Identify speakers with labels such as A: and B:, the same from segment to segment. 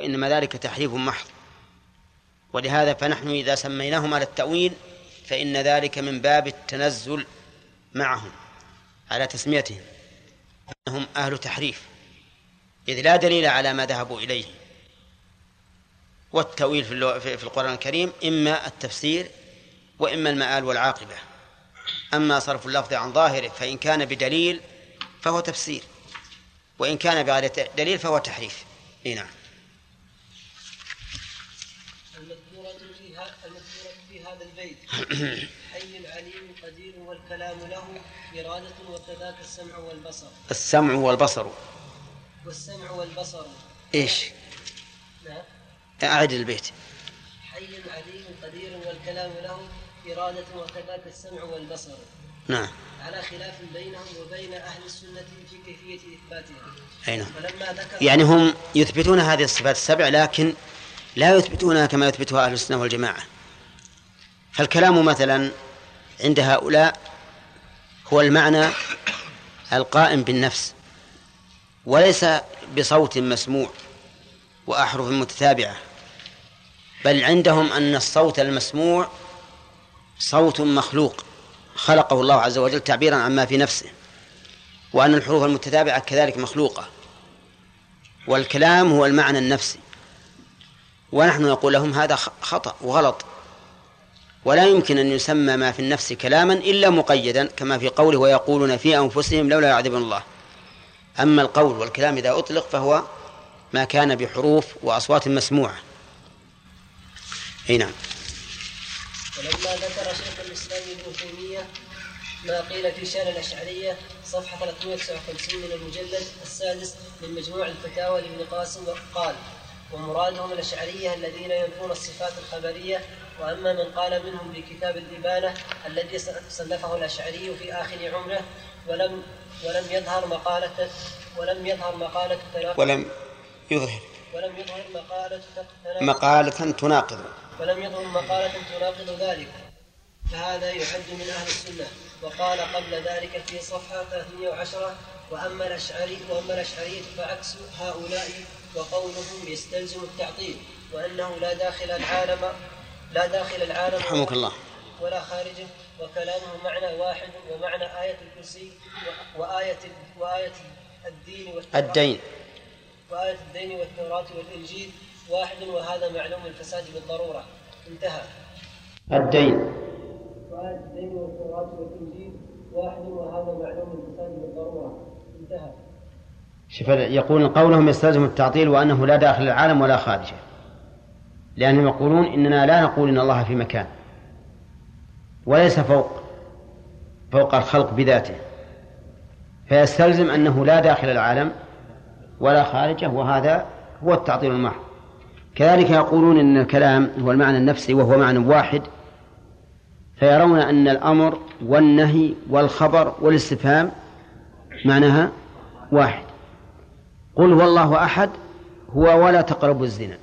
A: وإنما ذلك تحريف محض. ولهذا فنحن إذا سميناهم على التأويل فإن ذلك من باب التنزل معهم على تسميتهم، أنهم أهل تحريف، إذ لا دليل على ما ذهبوا إليه. والتأويل في القرآن الكريم إما التفسير وإما المآل والعاقبة. أما صرف اللفظ عن ظاهره فإن كان بدليل فهو تفسير، وإن كان بغير دليل فهو تحريف. نعم.
B: المذكورة في هذا البيت حي عليم قدير والكلام له إرادة وكذاك السمع والبصر.
A: السمع والبصر
B: والسمع والبصر
A: إيش؟
B: نعم.
A: أعد البيت.
B: حي عليم قدير والكلام له إرادة وكذاك السمع والبصر.
A: نعم.
B: على خلاف بينهم وبين أهل السنة في كيفية إثباتها.
A: أين؟ يعني هم يثبتون هذه الصفات السبع لكن لا يثبتونها كما يثبتها أهل السنة والجماعة. فالكلام مثلا عند هؤلاء هو المعنى القائم بالنفس، وليس بصوت مسموع وأحرف متتابعة، بل عندهم أن الصوت المسموع صوت مخلوق خلقه الله عز وجل تعبيرا عما في نفسه، وأن الحروف المتتابعة كذلك مخلوقة، والكلام هو المعنى النفسي. ونحن نقول لهم هذا خطأ وغلط، ولا يمكن أن يسمى ما في النفس كلاما إلا مقيدا كما في قوله ويقولون في أنفسهم لولا يعذبنا الله. أما القول والكلام إذا أطلق فهو ما كان بحروف وأصوات مسموعة. نعم.
B: ولما ذكر شيخ الإسلام ابن تيمية ما قيل في شأن الأشعرية صفحة 359 من المجلد السادس من مجموع الفتاوى لابن قاسم قال: ومرادهم الأشعرية الذين ينفون الصفات الخبرية. وأما من قال منهم بكتاب الإبانة الذي صنفه الأشعري في آخر عمره ولم يظهر مقالة تناقض ذلك، فهذا يعد من أهل السنة. وقال قبل ذلك في صفحة 310: وأما الأشعرية فعكس هؤلاء وقولهم يستلزم التعطيل، وأنه لا داخل العالم
A: رحمك الله
B: ولا خارجه، وكلامه معنى واحد، ومعنى آية الكرسي وآية الدين والتوراة والإنجيل واحد، وهذا معلوم الفساد بالضرورة. انتهى.
A: الدين
B: وآية الدين والتوراة والإنجيل واحد، وهذا معلوم الفساد بالضرورة. انتهى.
A: يقول قولهم يستلزم التعطيل وأنه لا داخل العالم ولا خارجه، لأنهم يقولون إننا لا نقول إن الله في مكان وليس فوق الخلق بذاته، فيستلزم أنه لا داخل العالم ولا خارجه، وهذا هو التعطيل المحض. كذلك يقولون إن الكلام هو المعنى النفسي وهو معنى واحد، فيرون أن الأمر والنهي والخبر والاستفهام معناها واحد. قل هو الله أحد هو ولا تقربوا الزنا،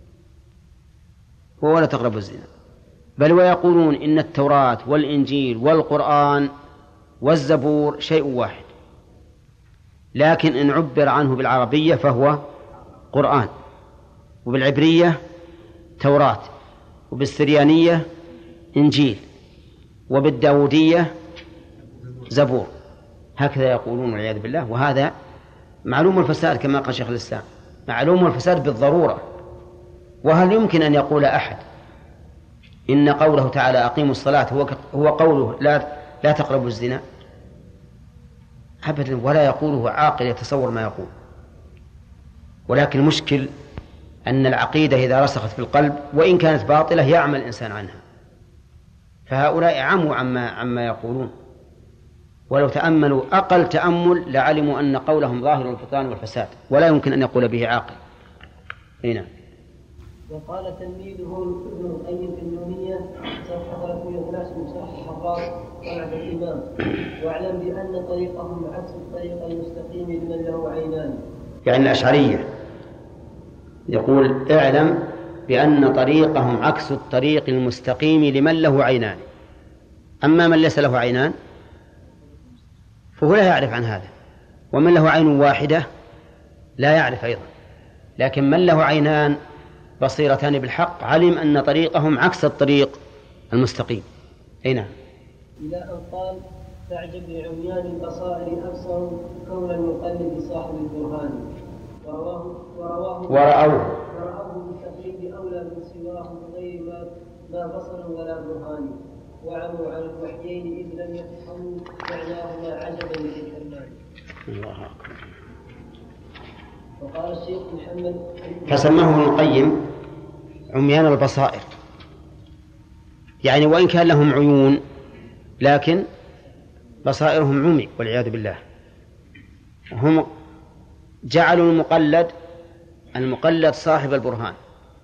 A: بل ويقولون إن التوراة والإنجيل والقرآن والزبور شيء واحد، لكن إن عبر عنه بالعربية فهو قرآن، وبالعبرية توراة، وبالسريانية إنجيل، وبالداودية زبور. هكذا يقولون والعياذ بالله، وهذا معلوم الفساد كما قال شيخ الإسلام، معلوم الفساد بالضرورة. وهل يمكن أن يقول أحد إن قوله تعالى أقيموا الصلاة هو قوله لا تقربوا الزنا؟ أبدا، ولا يقوله عاقل يتصور ما يقول. ولكن المشكل أن العقيدة إذا رسخت في القلب وإن كانت باطلة يعمل الإنسان عنها، فهؤلاء عموا عما يقولون، ولو تأملوا أقل تأمل لعلموا أن قولهم ظاهر البطلان والفساد ولا يمكن أن يقول به عاقل. هنا
B: وقال تلميذه ابن القيم في النونية صفحة 311 من شرح الحرار طلعة الإمام: واعلم بأن طريقهم عكس الطريق المستقيم لمن له عينان.
A: يعني الأشعرية يقول اعلم بأن طريقهم عكس الطريق المستقيم لمن له عينان. أما من ليس له عينان فهو لا يعرف عن هذا، ومن له عين واحدة لا يعرف أيضا. لكن من له عينان بصيرتان بالحق علم أن طريقهم عكس الطريق المستقيم. أي نعم.
B: إلى أن قال تعجب لعميان البصائر أبصروا كون المقلد صاحب البرهان ورأوه بالتقليد أولى من سواه من غير ما بصر ولا برهان وعموا عن الوحيين إذ لم يفهموا معناهما عجبا للحرمان.
A: الله أكبر.
B: وقال الشيخ محمد
A: فسماه ابن القيم عميان البصائر، يعني وإن كان لهم عيون لكن بصائرهم عمي والعياذ بالله. هم جعلوا المقلد صاحب البرهان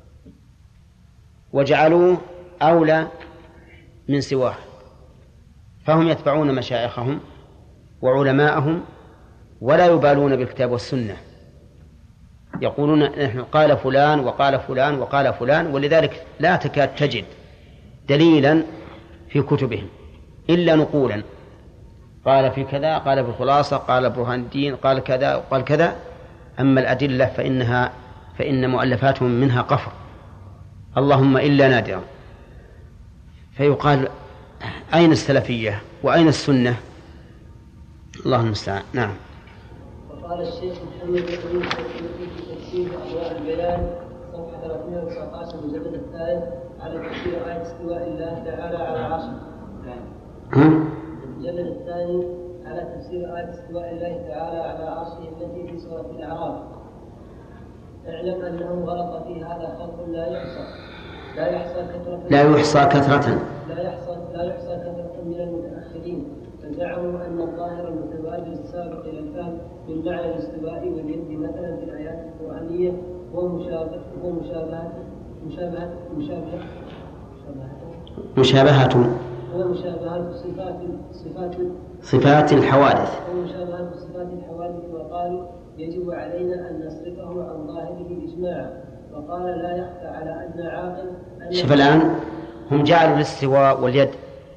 A: وجعلوه أولى من سواه، فهم يتبعون مشايخهم وعلماءهم ولا يبالون بالكتاب والسنة، يقولون نحن قال فلان وقال فلان وقال فلان، ولذلك لا تكاد تجد دليلا في كتبهم إلا نقولا، قال في كذا، قال في الخلاصة، قال برهان الدين، قال كذا وقال كذا. أما الأدلة فإن مؤلفاتهم منها قفر، اللهم إلا نادرا. فيقال أين السلفية وأين السنة؟ الله المستعان. نعم.
B: وقال الشيخ محمد بن في تفسير أضواء البيان صفحة 319 المجلد الثالث على تفسير آية استواء الله تعالى على عرشه. المجلد الثاني على تفسير آية استواء الله تعالى على عرشه التي في سورة الأعراف. اعلم أنه غلط في هذا خلق لا يحصى كثرة من المتأخرين، فزعموا أن الظاهر المتبادل السابق إلى الفهم من معنى الاستواء واليد مثلا في الآيات القرآنية هو مشابهة
A: صفات الحوادث.
B: وقالوا يجب علينا أن نصرفه عن ظاهره إجماعا. وقال لا يخفى على أن عاقل
A: شوف الآن هم جعلوا الاستواء واليد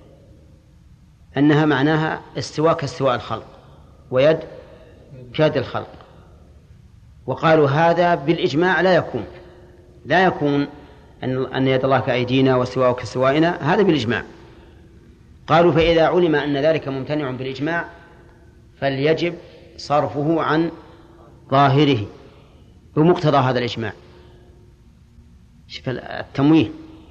A: أنها معناها استواء كاستواء الخلق ويد كيد الخلق، وقالوا هذا بالإجماع لا يكون أن يد الله كأيدينا واستواء كاستوائنا، هذا بالإجماع. قالوا فإذا علم أن ذلك ممتنع بالإجماع فليجب صرفه عن ظاهره بمقتضى هذا الإجماع. شوف التمويه،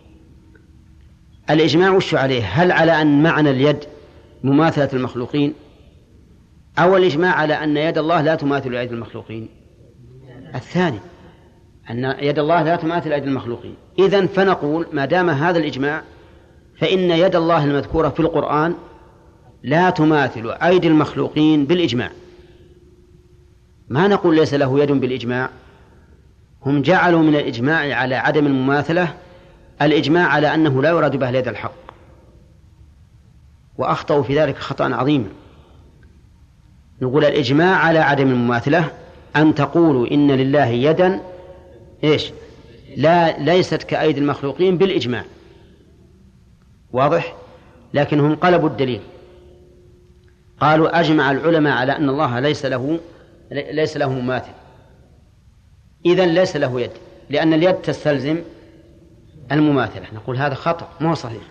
A: الإجماع وش عليه؟ هل على أن معنى اليد مماثلة المخلوقين، أو الإجماع على أن يد الله لا تماثل أيدي المخلوقين؟ الثاني، أن يد الله لا تماثل أيدي المخلوقين. إذن فنقول ما دام هذا الإجماع فإن يد الله المذكورة في القرآن لا تماثل أيدي المخلوقين بالإجماع. ما نقول ليس له يد بالإجماع، هم جعلوا من الإجماع على عدم المماثلة الإجماع على أنه لا يراد به اليد الحق، وأخطأوا في ذلك خطأ عظيما. نقول الإجماع على عدم المماثلة أن تقولوا إن لله يدا ليست كأيدي المخلوقين بالإجماع، واضح؟ لكن هم قلبوا الدليل، قالوا أجمع العلماء على أن الله ليس له مماثل، إذن ليس له يد، لأن اليد تستلزم المماثلة. نقول هذا خطأ، مو صحيح.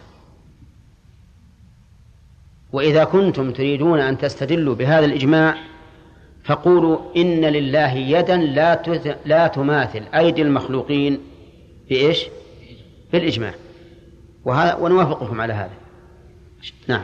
A: وإذا كنتم تريدون أن تستدلوا بهذا الإجماع فقولوا إن لله يدا لا تماثل أيدي المخلوقين بالإجماع، ونوافقكم على هذا. نعم.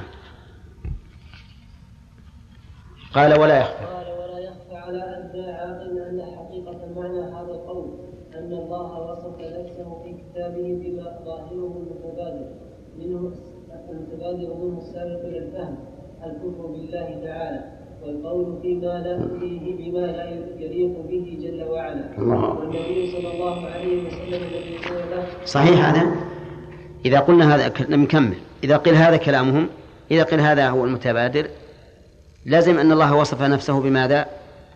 A: قال ولا يخفى
B: على أن عاقل أن حقيقة معنى هذا القول أن الله وصف نفسه في كتابه بما ظاهره منه السابق إلى الفهم الكفر بالله تعالى، والقول فيما لا فيه بما لا يليق به جل وعلا. والنبي صلى الله عليه وسلم الذي قال
A: صحيح هذا. إذا قلنا هذا نكمل، إذا قيل هذا كلامهم، إذا قيل هذا هو المتبادر، لازم أن الله وصف نفسه بماذا؟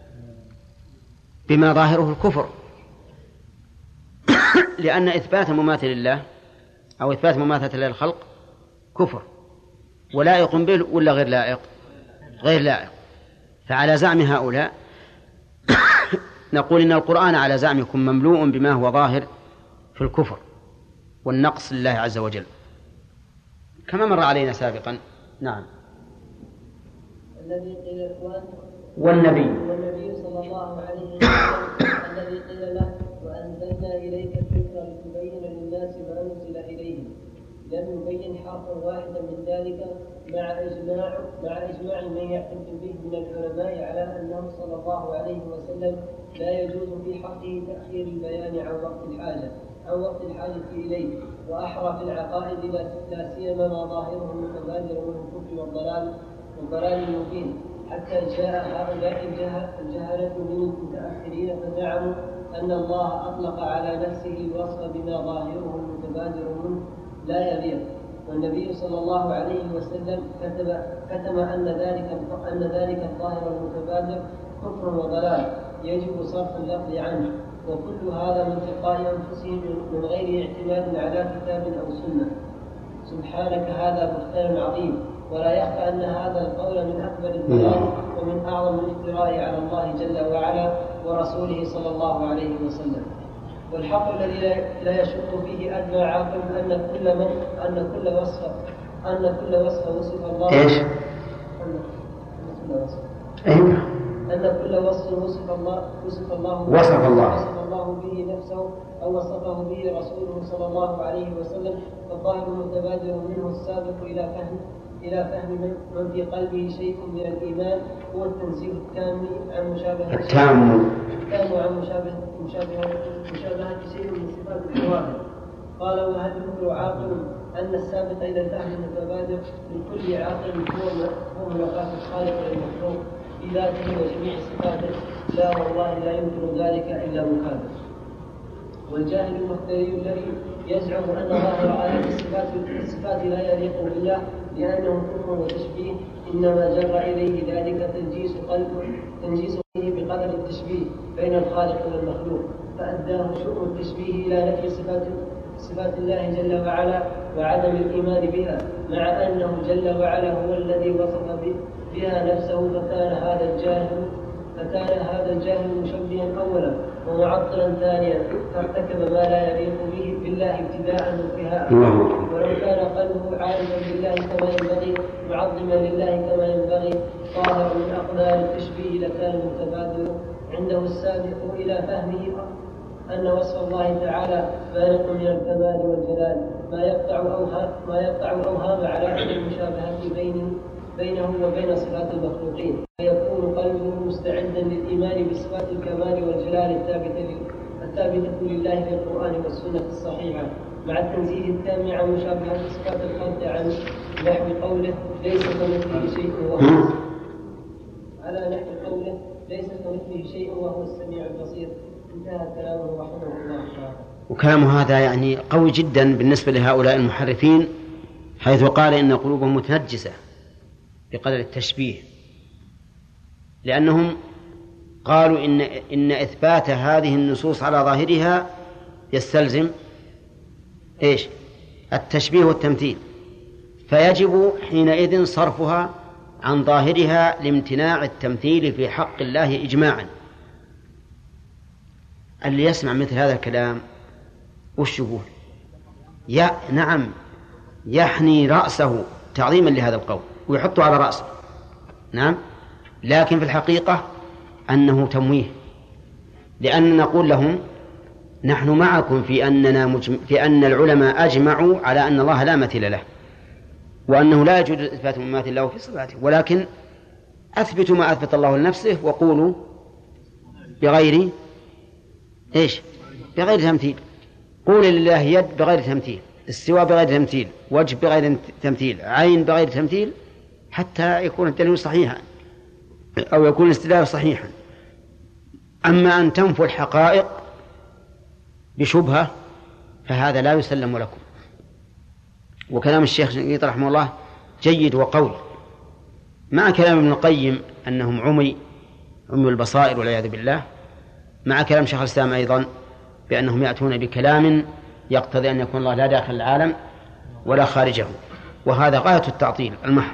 A: بما ظاهره الكفر، لأن إثبات مماثل الله أو إثبات مماثلة للخلق كفر، ولائق به ولا غير لائق؟ غير لائق. فعلى زعم هؤلاء نقول إن القرآن على زعمكم مملوء بما هو ظاهر في الكفر والنقص لله عز وجل كما مر علينا سابقا. نعم.
B: الذي قيل
A: والنبي
B: صلى الله عليه وسلم الذي قيل له وأنزلنا إليك الذكر لتبين للناس ما نزل إليهم لم يبين حرفا واحدا من ذلك مع إجماع من يعتد به من العلماء على أنه صلى الله عليه وسلم لا يجوز في حقه تأخير البيان عن وقت الحاجة إليه وأحرى في العقائد لا سيما ما ظاهره المتبادر من الكفر والضلال المبين حتى جاء هؤلاء الجهلة من المتأخرين فزعموا أن الله أطلق على نفسه الوصف بما ظاهره المتبادر منه لا يليق والنبي صلى الله عليه وسلم كتم أن ذلك الظاهر المتبادر كفر وضلال يجب صرف اللفظ عنه وكل هذا من تلقاء أنفسهم من غير اعتماد على كتاب أو سنة. سبحانك هذا بهتان عظيم ولا يخفى أن هذا القول من أكبر الضلال ومن أعظم الافتراء على الله جل وعلا ورسوله صلى الله عليه وسلم. والحق الذي لا يشك فيه أدنى عاقل أن كل وصف وصف الله أن كل وصف وصف الله به نفسه أو وصفه به رسوله صلى الله عليه وسلم فالظاهر المتبادر منه السابق إلى فهم من في قلبه شيء من الإيمان هو التنزيه التام عن مشابهة شيء من صفات الظواهر. قال وهل ينكر عاقل أن السابق إلى الفهم المتبادر لكل عاقل هو ملاقاة الخالق للمخلوق في ذاته وجميع صفاته؟ لا والله لا يمكن ذلك إلا مكابر. والجاهل المفتري الذي يزعم أن ظاهر آيات الصفات لا يليق بالله لأنه كفر وتشبيه إنما جر إليه ذلك تنجيس قلبه بقدر التشبيه بين الخالق والمخلوق فأداه شؤم التشبيه إلى نفي صفات الله جل وعلا وعدم الإيمان بها مع أنه جل وعلا هو الذي وصف بها نفسه فكان هذا الجاهل مشبها أولا ومعطلا ثانيا فارتكب ما لا يليق به بالله ابتداء وانتهاء. ولو كان قلبه عارفا بالله كما ينبغي معظما لله كما ينبغي طاهر من أقدار التشبيه لكان المتبادر عنده السابق إلى فهمه أن وصف الله تعالى فارق من الكمال والجلال ما يقطع أوهام على أن المشابهة بينه وبين صفات المخلوقين فيكون قلبه مستعدا للإيمان بصفات الكمال والجلال الثابتة لله في القرآن والسنة الصحيحة مع التنزيه التام عن مشابهة صفات الخلق عن نحو قوله ليس كمثله شيء وهو السميع البصير. انتهى كلامه رحمه الله تعالى.
A: وكلام هذا يعني قوي جدا بالنسبة لهؤلاء المحرفين حيث قال إن قلوبهم متنجسة بقدر التشبيه لأنهم قالوا إن إثبات هذه النصوص على ظاهرها يستلزم إيش؟ التشبيه والتمثيل فيجب حينئذ صرفها عن ظاهرها لامتناع التمثيل في حق الله إجماعا. اللي يسمع مثل هذا الكلام وش يقول؟ نعم يحني رأسه تعظيما لهذا القول ويحطه على رأسه. نعم لكن في الحقيقة أنه تمويه لأن نقول لهم نحن معكم في أن العلماء أجمعوا على أن الله لا مثيل له وأنه لا يجوز إثبات مماثل له في صفاته ولكن أثبتوا ما أثبت الله لنفسه وقولوا بغير تمثيل. قول لله يد بغير تمثيل استواء بغير تمثيل وجه بغير تمثيل عين بغير تمثيل حتى يكون الدليل صحيحا أو يكون الاستدلال صحيحا. أما أن تنفوا الحقائق بشبهة فهذا لا يسلم لكم. وكلام الشيخ شنقيطي رحمه الله جيد وقوي مع كلام ابن القيم أنهم عمي البصائر والعياذ بالله مع كلام شيخ الإسلام أيضا بأنهم يأتون بكلام يقتضي أن يكون الله لا داخل العالم ولا خارجه وهذا غاية التعطيل المحض.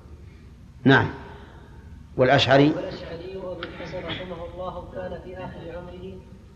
A: نعم. والأشعري
B: أبو الحسن رحمه الله كان في آخر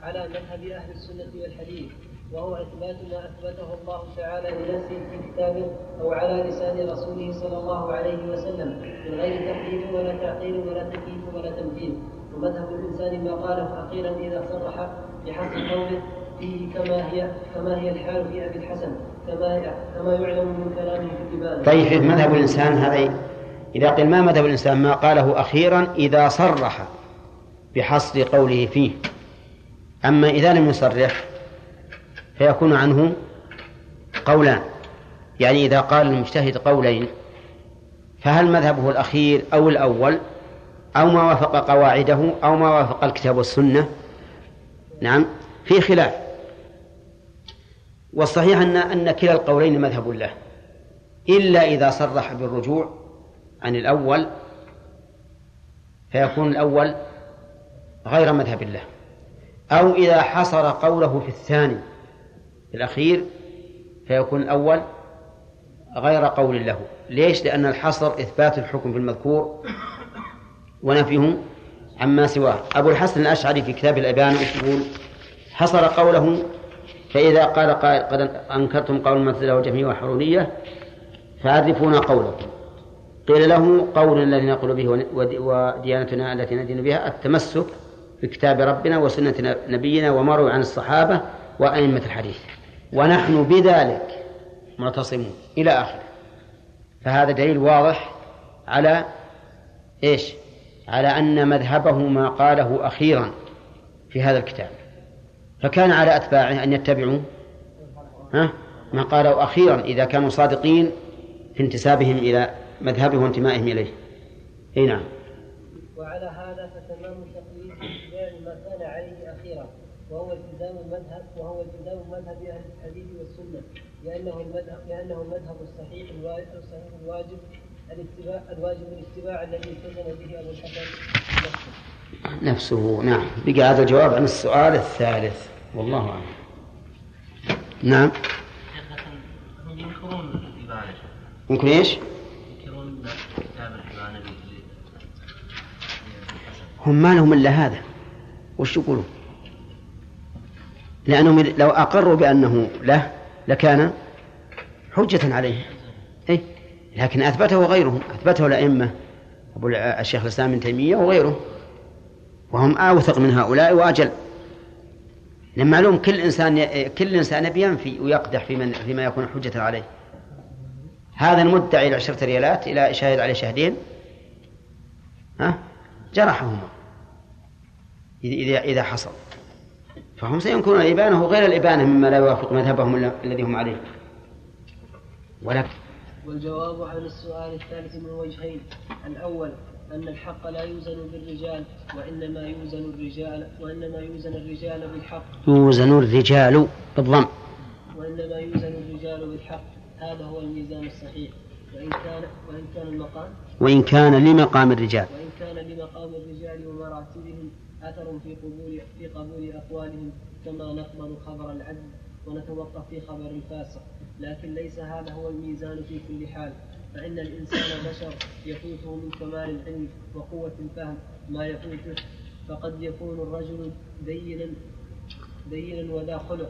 B: على مذهب أهل السنة والحديث، وهو إثبات ما أثبته الله تعالى لنفسه في كتابه أو على لسان رسوله صلى الله عليه وسلم من غير تحريف ولا تعطيل ولا تكييف ولا تمثيل. ومذهب الإنسان ما قاله أخيرا إذا صرح بحسب قوله فيه كما هي الحال في أبي الحسن كما يعلم من كلامه في الإبانة.
A: طيب مذهب الإنسان هذا إذا قيل ما مذهب الإنسان ما قاله أخيرا إذا صرح بحصر قوله فيه، أما إذا لم يصرح فيكون عنه قولان، يعني إذا قال المجتهد قولين فهل مذهبه الأخير أو الأول أو ما وافق قواعده أو ما وافق الكتاب والسنة؟ نعم في خلاف، والصحيح أن كلا القولين مذهب له إلا إذا صرح بالرجوع عن الأول فيكون الأول غير مذهب له، أو إذا حصر قوله في الثاني الأخير فيكون الأول غير قول له. ليش؟ لأن الحصر إثبات الحكم في المذكور ونفيه عما سواه. أبو الحسن الأشعري في كتاب الإبانة يقول حصر قوله فإذا قال قائل قد أنكرتم قول المعتزلة والجهمية والحرورية فعرفونا قوله، قيل له قول الذي نقول به وديانتنا التي ندين بها التمسك بكتاب ربنا وسنة نبينا وما روى عن الصحابة وأئمة الحديث ونحن بذلك معتصمون إلى آخره. فهذا دليل واضح على إيش؟ على أن مذهبه ما قاله أخيرا في هذا الكتاب، فكان على أتباعه أن يتبعوا ما قاله أخيرا إذا كانوا صادقين في انتسابهم إلى مذهبه وانتمائهم إليه. أي نعم.
B: وعلى هذا فتمام تقليد اتباع ما كان عليه أخيرا وهو التزام مذهب أهل الحديث والسنة، لأنه المذهب الصحيح الواجب الاتباع الذي التزم به أبو الحسن
A: نفسه. نعم. بقى هذا الجواب عن السؤال الثالث والله أعلم. نعم. ممكن إيش؟ هم ما لهم إلا هذا، وش يقولون؟ لأنهم لو أقروا بأنه له لكان حجة عليه. إيه؟ لكن أثبته غيرهم، أثبته الأئمة أبو الشيخ الإسلام ابن تيمية وغيره، وهم أوثق من هؤلاء وأجل. لما معلوم كل إنسان بينفي ويقدح فيما يكون حجة عليه. هذا المدعي إلى 10 ريالات إلى شاهد عليه شاهدين جرحهما إذا حصل، فهم سينكرون الإبانة غير الإبانة مما لا يوافق مذهبهم الذي هم عليه.
B: والجواب عن السؤال الثالث من وجهين: الأول أن الحق لا يوزن بالرجال وإنما يوزن الرجال بالحق.
A: يوزن الرجال بالضم.
B: وإنما يوزن الرجال بالحق، هذا هو الميزان الصحيح.
A: وإن كان لمقام الرجال
B: ومراتبهم أثر في قبول أقوالهم، كما نقبل خبر العدل ونتوقف في خبر الفاسق، لكن ليس هذا هو الميزان في كل حال، فإن الإنسان بشر يفوته من كمال العلم وقوة الفهم ما يفوته، فقد يكون الرجل دينا وذا خلق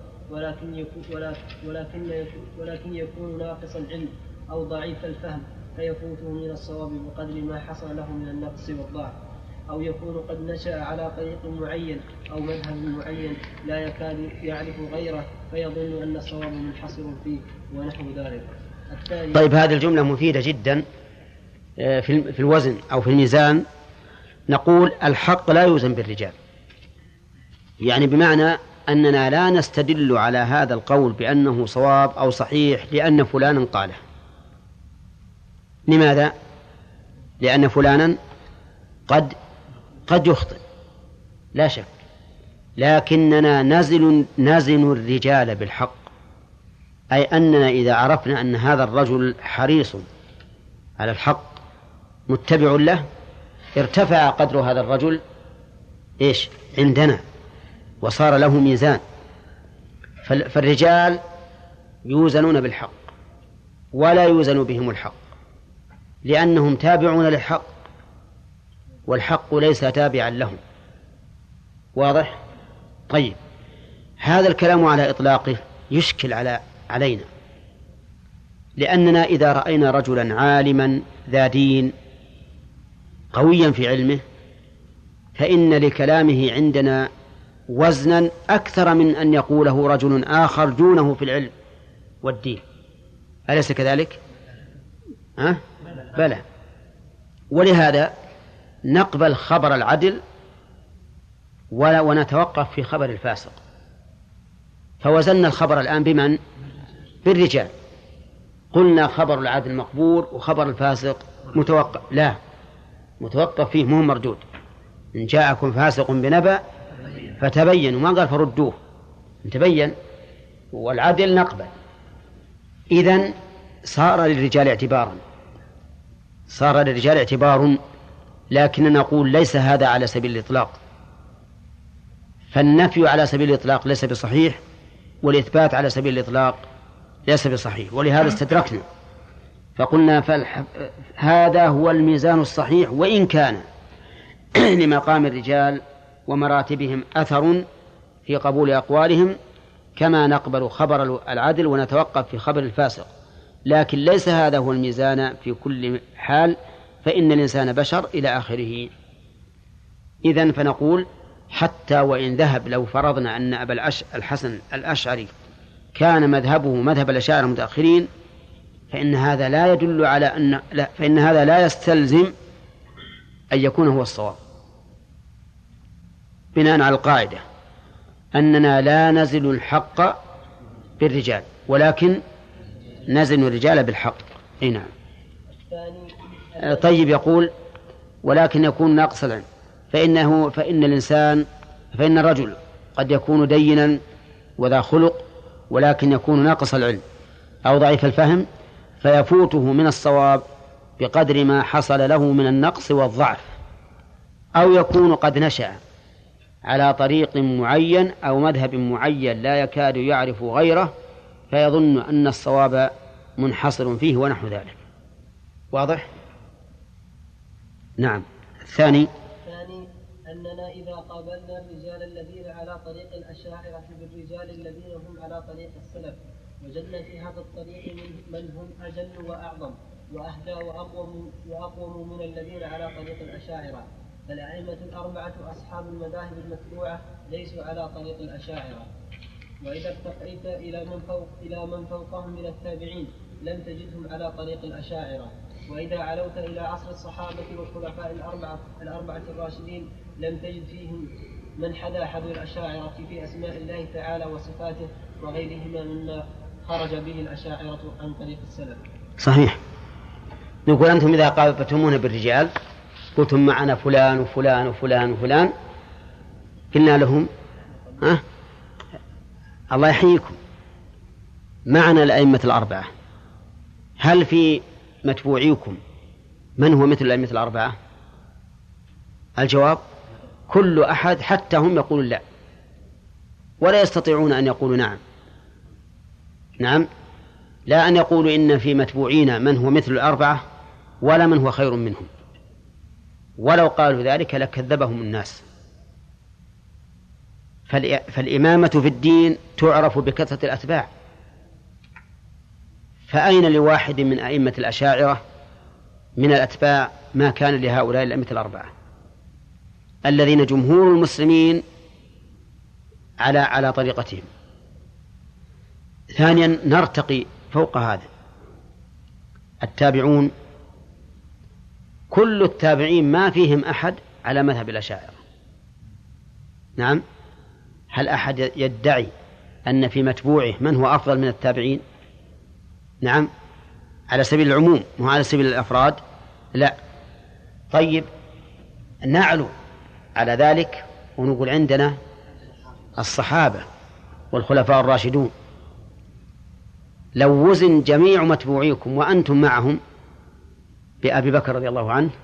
B: ولكن يكون ناقص العلم أو ضعيف الفهم فيفوته من الصواب بقدر ما حصل له من النقص والضعف، أو يكون قد نشأ على طريق معين أو مذهب معين لا يكاد يعرف غيره فيظن أن الصواب منحصر فيه ونحو ذلك.
A: طيب هذه الجملة مفيدة جدا. في الوزن أو في الميزان نقول الحق لا يوزن بالرجال، يعني بمعنى أننا لا نستدل على هذا القول بأنه صواب أو صحيح لأن فلانا قاله. لماذا؟ لأن فلانا قد يخطئ لا شك، لكننا نزن الرجال بالحق، أي أننا إذا عرفنا أن هذا الرجل حريص على الحق متبع له ارتفع قدر هذا الرجل عندنا وصار له ميزان. فالرجال يوزنون بالحق ولا يوزن بهم الحق لأنهم تابعون للحق والحق ليس تابعا لهم. واضح؟ طيب هذا الكلام على إطلاقه يشكل علينا، لأننا إذا رأينا رجلا عالما ذا دين قويا في علمه فإن لكلامه عندنا وزنا أكثر من أن يقوله رجل آخر دونه في العلم والدين. أليس كذلك؟ بلى. ولهذا نقبل خبر العدل ونتوقف في خبر الفاسق. فوزنا الخبر الآن بمن؟ بالرجال. قلنا خبر العدل مقبول وخبر الفاسق متوقف. لا، متوقف فيه مهم مردود. إن جاءكم فاسق بنبأ فتبينوا، ما قال فردوه، تبين. والعدل نقبل. إذن صار للرجال اعتبار، لكن نقول ليس هذا على سبيل الإطلاق، فالنفي على سبيل الإطلاق ليس بصحيح، والإثبات على سبيل الإطلاق ليس بصحيح. ولهذا استدركنا فقلنا هذا هو الميزان الصحيح، وإن كان لمقام الرجال ومراتبهم أثر في قبول أقوالهم، كما نقبل خبر العدل ونتوقف في خبر الفاسق، لكن ليس هذا هو الميزان في كل حال، فإن الإنسان بشر إلى آخره. إذن فنقول حتى وإن ذهب، لو فرضنا أن أبا الحسن الأشعري كان مذهبه مذهب الأشاعرة المتأخرين، فإن هذا لا يدل على فإن هذا لا يستلزم أن يكون هو الصواب، بناء على القاعدة أننا لا نزل الحق بالرجال ولكن نزل الرجال بالحق. أي نعم. طيب، يقول ولكن يكون ناقص العلم، فإن الرجل قد يكون دينا وذا خلق، ولكن يكون ناقص العلم أو ضعيف الفهم، فيفوته من الصواب بقدر ما حصل له من النقص والضعف، أو يكون قد نشأ على طريق معين أو مذهب معين لا يكاد يعرف غيره، فيظن أن الصواب منحصر فيه ونحو ذلك. واضح؟ نعم. الثاني
B: أننا إذا قابلنا الرجال الذين على طريق الأشاعرة بالرجال الذين هم على طريق السلف، وجدنا في هذا الطريق من هم أجل وأعظم وأهدى وأقوم من الذين على طريق الأشاعرة. فالأئمة الأربعة أصحاب المذاهب المتبوعة ليسوا على طريق الأشاعرة. وإذا ارتقيت إلى من فوقهم من التابعين لم تجدهم على طريق الأشاعرة. وإذا علوت إلى عصر الصحابة والخلفاء الأربعة الراشدين لم تجد فيهم من حذا حذو الأشاعرة في أسماء الله تعالى وصفاته وغيرهما مما خرج به الأشاعرة عن طريق السلف.
A: صحيح. نقول أنتم إذا قابلتمونا بالرجال قلتم معنا فلان وفلان وفلان وفلان، قلنا لهم الله يحييكم، معنا الأئمة الأربعة، هل في متبوعيكم من هو مثل الأئمة الأربعة؟ الجواب كل أحد، حتى هم يقولون لا، ولا يستطيعون أن يقولوا نعم، لا أن يقولوا إن في متبوعين من هو مثل الأربعة ولا من هو خير منهم، ولو قالوا ذلك لكذبهم الناس. فالإمامة في الدين تعرف بكثرة الأتباع، فأين لواحد من أئمة الأشاعرة من الأتباع ما كان لهؤلاء الأئمة الأربعة الذين جمهور المسلمين على طريقتهم؟ ثانيا، نرتقي فوق هذا، التابعون كل التابعين ما فيهم أحد على مذهب الأشاعرة. نعم، هل أحد يدعي أن في متبوعه من هو أفضل من التابعين؟ نعم، على سبيل العموم مو على سبيل الأفراد، لا. طيب، نعلو على ذلك ونقول عندنا الصحابة والخلفاء الراشدون. لو وزن جميع متبوعيكم وأنتم معهم بأبي بكر رضي الله عنه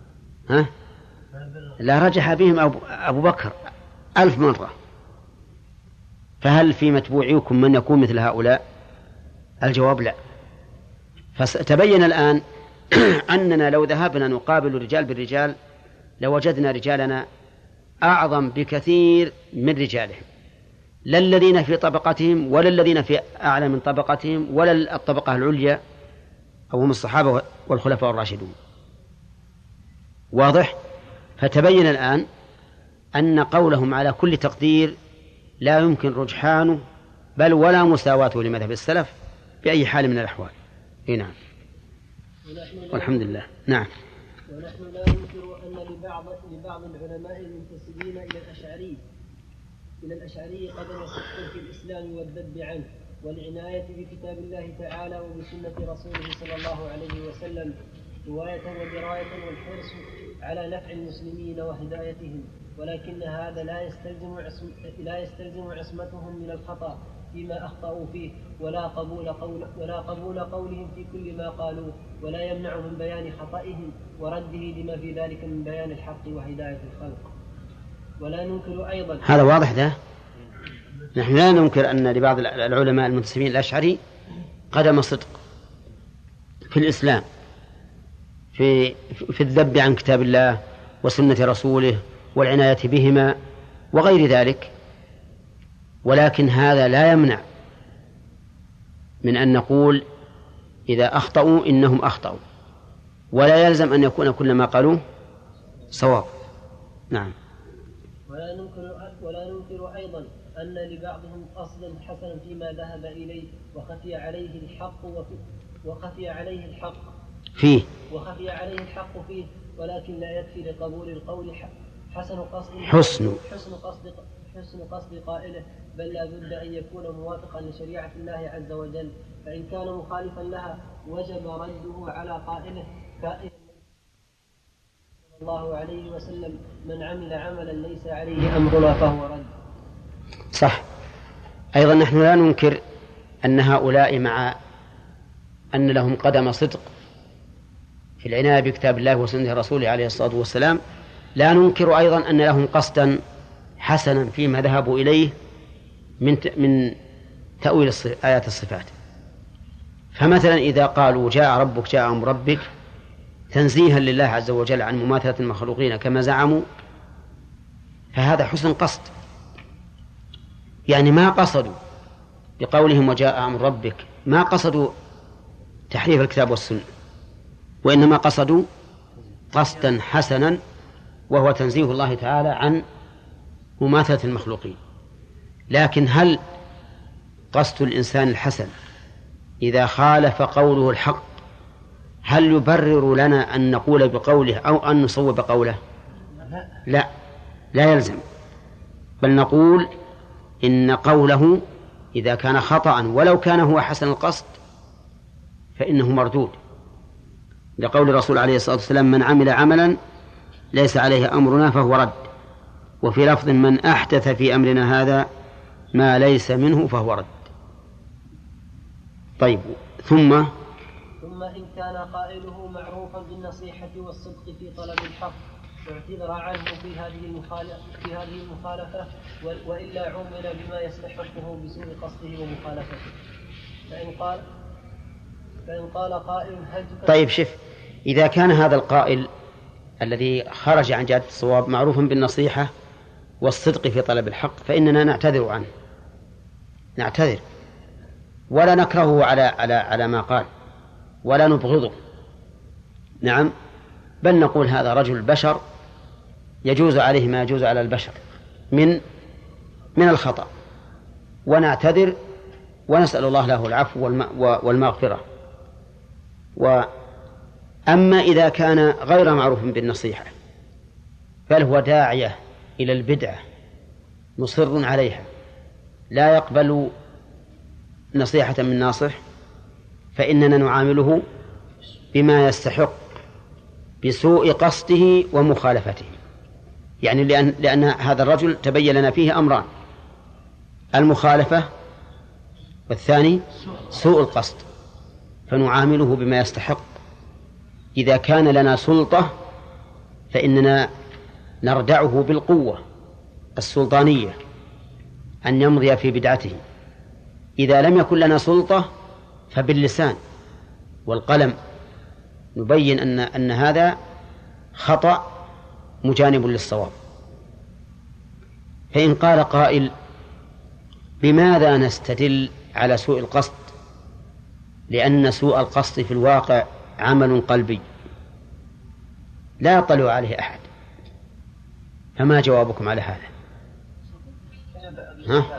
A: لا رجح بهم أبو بكر 1000 مرة. فهل في متبوعيكم من يكون مثل هؤلاء؟ الجواب لا. فتبين الآن أننا لو ذهبنا نقابل الرجال بالرجال لوجدنا رجالنا أعظم بكثير من رجالهم، لا الذين في طبقتهم ولا الذين في أعلى من طبقتهم ولا الطبقة العليا أو هم الصحابة والخلفاء الراشدون. واضح؟ فتبين الآن أن قولهم على كل تقدير لا يمكن رجحانه بل ولا مساواته لمذهب السلف بأي حال من الأحوال. نعم. والحمد لله. نعم.
B: ونحن لا ننكر أن لبعض العلماء المنتسبين إلى الأشعري قدم صدق في الإسلام والذب عنه والعناية بكتاب الله تعالى وبسنة رسوله صلى الله عليه وسلم رواية ودراية والحرص على نفع المسلمين وهدايتهم، ولكن هذا لا يستلزم عصمتهم من الخطأ فيما أخطأوا فيه ولا قبول قولهم في كل ما قالوا، ولا يمنع من بيان خطئهم ورده لما في ذلك من بيان الحق وهداية الخلق. ولا ننكر أيضا
A: هذا واضح ده. نحن لا ننكر أن لبعض العلماء المنتسبين الأشعري قدم صدق في الإسلام في الذب عن كتاب الله وسنة رسوله والعناية بهما وغير ذلك، ولكن هذا لا يمنع من أن نقول إذا أخطأوا إنهم أخطأوا، ولا يلزم أن يكون كل ما قالوه صواب. نعم.
B: ولا ننكر أيضا أن لبعضهم قصدا حسنا فيما ذهب إليه وخفي عليه الحق فيه ولكن لا يكفي لقبول القول حسن قصد قائله، بل لا بد أن يكون موافقا لشريعة الله عز وجل، فإن كان مخالفا لها وجب رده على قائله كائنا صلى الله عليه وسلم: من عمل عملا ليس عليه أمرنا فهو رد.
A: صح. أيضا نحن لا ننكر أن هؤلاء مع أن لهم قدم صدق في العناية بكتاب الله وسنة رسوله عليه الصلاة والسلام، لا ننكر أيضا أن لهم قصدا حسنا فيما ذهبوا إليه من تأويل آيات الصفات. فمثلا إذا قالوا جاء ربك جاء أمر ربك تنزيها لله عز وجل عن مماثلة المخلوقين كما زعموا، فهذا حسن قصد، يعني ما قصدوا بقولهم وجاء أمر ربك ما قصدوا تحريف الكتاب والسنة، وإنما قصدوا قصدا حسنا وهو تنزيه الله تعالى عن مماثلة المخلوقين. لكن هل قصد الإنسان الحسن إذا خالف قوله الحق هل يبرر لنا أن نقول بقوله أو أن نصوب قوله؟ لا يلزم، بل نقول إن قوله إذا كان خطأ ولو كان هو حسن القصد فإنه مردود، لقول الرسول عليه الصلاة والسلام: من عمل عملا ليس عليه أمرنا فهو رد، وفي لفظ: من أحدث في أمرنا هذا ما ليس منه فهو رد. طيب، ثم
B: إن كان قائله معروفا بالنصيحة والصدق في طلب الحق واعتذر عنه في هذه المخالفة وإلا عمل بما يستحقه بسوء قصده ومخالفته. فإن قال قائل
A: طيب شف، إذا كان هذا القائل الذي خرج عن جادة الصواب معروفا بالنصيحة والصدق في طلب الحق فإننا نعتذر عنه، نعتذر ولا نكرهه على ما قال ولا نبغضه، نعم، بل نقول هذا رجل بشر يجوز عليه ما يجوز على البشر من الخطأ، ونعتذر ونسأل الله له العفو والمغفرة. وأما إذا كان غير معروف بالنصيحة بل هو داعية إلى البدعة مصر عليها لا يقبل نصيحة من ناصح، فإننا نعامله بما يستحق بسوء قصده ومخالفته، يعني لأن هذا الرجل تبين لنا فيه أمران: المخالفة والثاني سوء القصد، فنعامله بما يستحق. إذا كان لنا سلطة فإننا نردعه بالقوة السلطانية أن يمضي في بدعته، إذا لم يكن لنا سلطة فباللسان والقلم نبين أن هذا خطأ مجانب للصواب. فإن قال قائل بماذا نستدل على سوء القصد؟ لأن سوء القصد في الواقع عمل قلبي لا يطلع عليه أحد. فما جوابكم على هذا؟ ها؟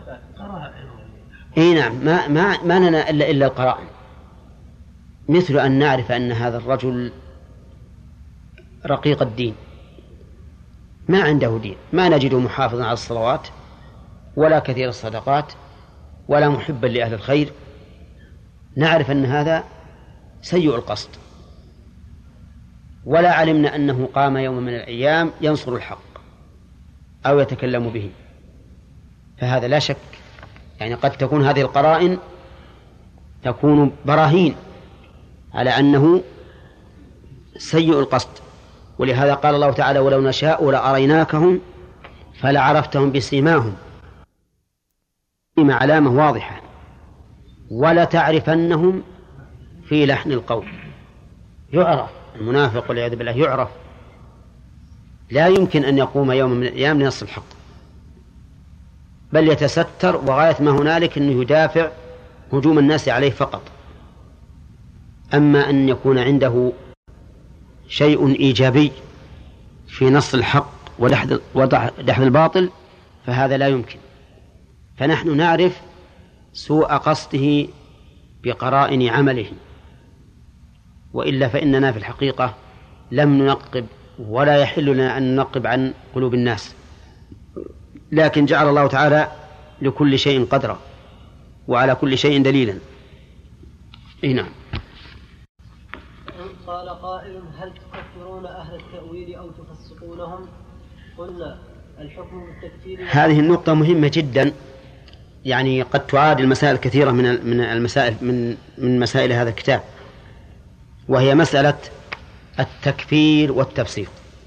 A: اي نعم، ما لنا إلا القرائن، مثل أن نعرف أن هذا الرجل رقيق الدين، ما عنده دين، ما نجده محافظا على الصلوات ولا كثير الصدقات ولا محبا لأهل الخير، نعرف أن هذا سيء القصد، ولا علمنا أنه قام يوم من الأيام ينصر الحق أو يتكلم به، فهذا لا شك يعني قد تكون هذه القرائن تكون براهين على أنه سيء القصد. ولهذا قال الله تعالى: ولو نشاء لأريناكهم فلعرفتهم بسيماهم، علامة واضحة، ولتعرفنهم في لحن القول. يعرف المنافق والعياذ بالله، يعرف، لا يمكن أن يقوم يوم من الأيام لنص الحق، بل يتستر، وغاية ما هنالك أنه يدافع هجوم الناس عليه فقط. أما أن يكون عنده شيء إيجابي في نص الحق ودحض الباطل فهذا لا يمكن. فنحن نعرف سوء قصده بقرائن عمله، وإلا فإننا في الحقيقة لم ننقب، ولا يحل لنا أن ننقب عن قلوب الناس، لكن جعل الله تعالى لكل شيء قدرا وعلى كل شيء دليلا. نعم.
B: قال قائل: هل تكفرون أهل التأويل أو تفسقونهم؟ قلنا: الحكم بالتكفير.
A: هذه النقطة مهمة جدا، يعني قد تعادل مسائل كثيرة من المسائل من مسائل هذا الكتاب، وهي مسألة التكفير والتفسيق.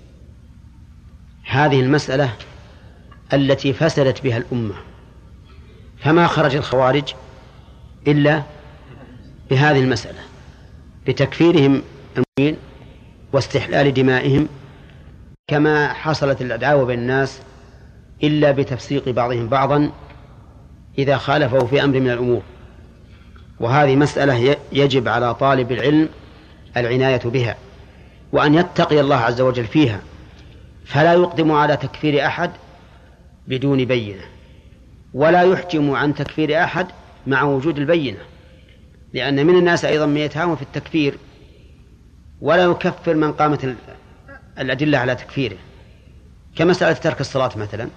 A: هذه المسألة التي فسدت بها الأمة، فما خرج الخوارج إلا بهذه المسألة، بتكفيرهم المؤمنين واستحلال دمائهم، كما حصلت العداوة بين الناس إلا بتفسيق بعضهم بعضا إذا خالفوا في أمر من الأمور. وهذه مسألة يجب على طالب العلم العناية بها، وأن يتقي الله عز وجل فيها، فلا يقدم على تكفير أحد بدون بينة، ولا يحجم عن تكفير أحد مع وجود البينة، لأن من الناس أيضا من يتهاون في التكفير ولا يكفر من قامت الأدلة على تكفيره، كمسألة ترك الصلاة مثلا،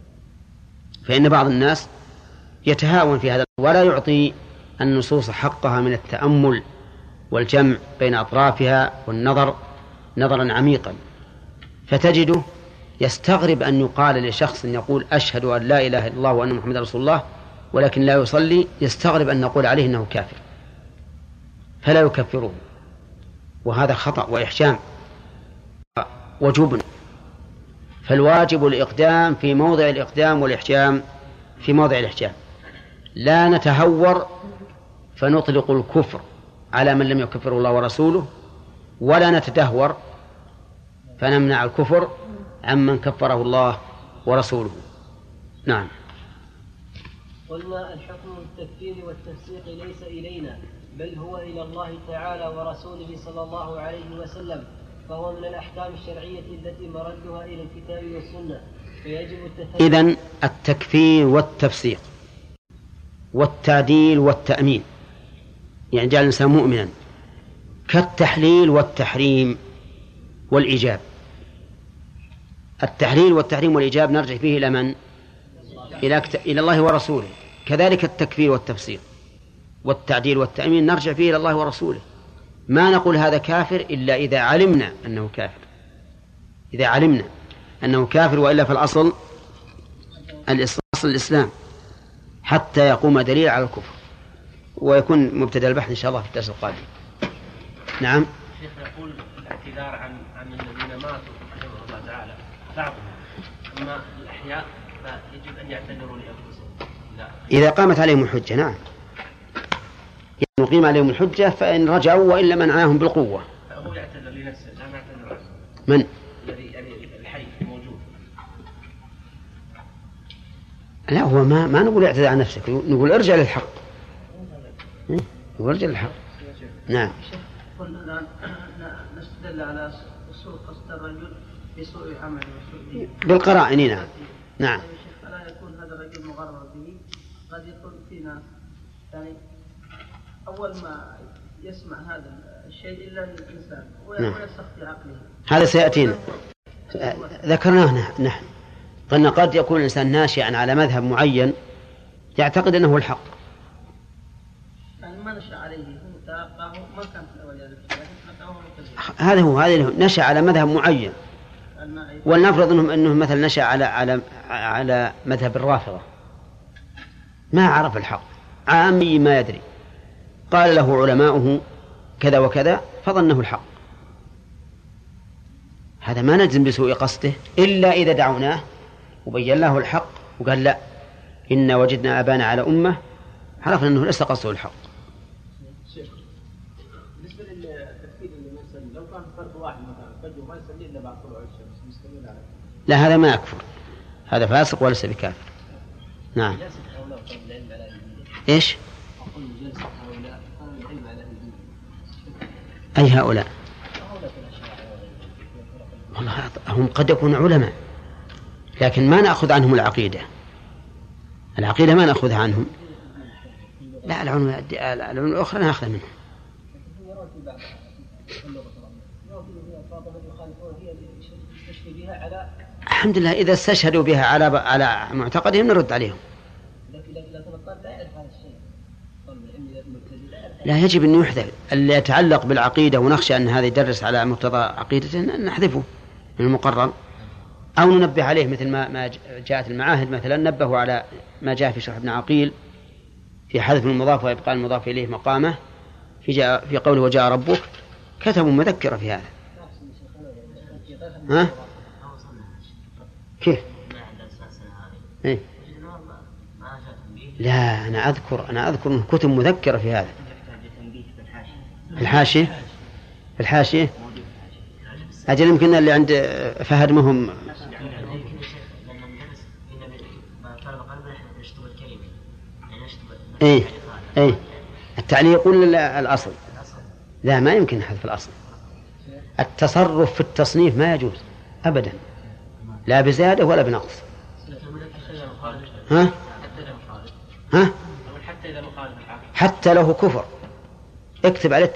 A: فإن بعض الناس يتهاون في هذا ولا يعطي النصوص حقها من التأمل والجمع بين أطرافها والنظر نظرا عميقا، فتجده يستغرب أن يقال لشخص يقول: أشهد أن لا إله إلا الله وأن محمد رسول الله، ولكن لا يصلي، يستغرب أن نقول عليه أنه كافر، فلا يكفره. وهذا خطأ وإحجام وجبن. فالواجب الإقدام في موضع الإقدام، والإحجام في موضع الإحجام. لا نتهور فنطلق الكفر على من لم يكفره الله ورسوله، ولا نتدهور فنمنع الكفر عمن كفره الله ورسوله. نعم.
B: قلنا: الحكم بالتكفير والتفسيق ليس إلينا، بل هو إلى الله تعالى ورسوله صلى الله عليه وسلم، فهو من الأحكام الشرعية التي مردها إلى الكتاب والسنة، فيجب التثبت.
A: إذن التكفير والتفسيق والتعديل والتأمين، يعني جعل الإنسان مؤمنا، كالتحليل والتحريم والإيجاب. التحليل والتحريم والإيجاب نرجع فيه إلى من؟ إلى الله ورسوله. كذلك التكفير والتفسيق والتعديل والتأمين نرجع فيه إلى الله ورسوله. ما نقول هذا كافر إلا إذا علمنا أنه كافر، إذا علمنا أنه كافر، وإلا فالأصل الإسلام حتى يقوم دليل على الكفر. ويكون مبتدأ البحث إن شاء الله في الدرس القادم. نعم.
C: الشيخ يقول الاعتذار عن الذين ماتوا رحمه الله تعالى بعضهم، أما الأحياء فيجب أن يعتذروا لأنفسهم
A: إذا قامت عليهم الحجة. نعم، نقيم عليهم الحجة، فإن رجعوا وإلا منعناهم بالقوة.
C: هو يعتذر لنفسه لا نعتذر عنه.
A: من؟
C: الذي الحي موجود.
A: لا، هو ما نقول اعتذر عن نفسك، نقول ارجع للحق. نقول ارجع للحق. نعم.
D: قلنا نستدل على سوء قصد الرجل بسوء عمله وسوء دينه
A: بالقرائن. نعم. نعم.
D: فلا يكون هذا الرجل مغرر به. قد يكون فينا يعني أول ما يسمع هذا الشيء إلا الإنسان ويرسخ في عقله.
A: هذا سيأتينا، ذكرناه نحن، قلنا قد يكون الإنسان ناشئا على مذهب معين يعتقد أنه الحق،
D: يعني ما نشأ عليه ما كان في الأول
A: هذا هو نشأ على مذهب معين. ولنفرض أنه مثلا نشأ على مذهب الرافضة، ما عرف الحق، عامي ما يدري، قال له علماؤه كذا وكذا فظنه الحق، هذا ما نجزم بسوء قصده إلا إذا دعوناه وبين له الحق وقال لا، إن وجدنا آبانا على أمة، عرفنا أنه ليس قصده الحق.
E: بالنسبة للتفكير اللي مثلا لو كان فرد واحد مثلا فجأة ما يصلي إلا بعد طلوع الشمس مستمر عليه،
A: لا، هذا ما يكفر، هذا فاسق وليس بكافر. نعم. إيش؟ أي هؤلاء؟ والله هم قد يكونوا علماء لكن ما نأخذ عنهم العقيدة ما نأخذها عنهم. لا، العلوم الأخرى نأخذ منهم. الحمد لله، إذا استشهدوا بها على معتقدهم نرد عليهم. لا، يجب أن يحذف اللي يتعلق بالعقيدة ونخشى أن هذا يدرس على مقتضى عقيدته نحذفه من المقرر، أو ننبه عليه مثل ما جاءت المعاهد مثلا نبهوا على ما جاء في شرح ابن عقيل في حذف المضاف وإبقاء المضاف إليه مقامه في قوله وجاء ربك، كتبوا مذكرة في هذا. ها؟ كيف؟ إيه؟ لا، أنا أذكر من كتب مذكرة في هذا. الحاشية أجل يمكن اللي عند فهد مهم. إيه التعليق ولا الأصل؟ لا، ما يمكن حذف الأصل. التصرف في التصنيف ما يجوز أبدا، لا بزيادة ولا بنقص. ها؟ حتى له كفر اكتب عليه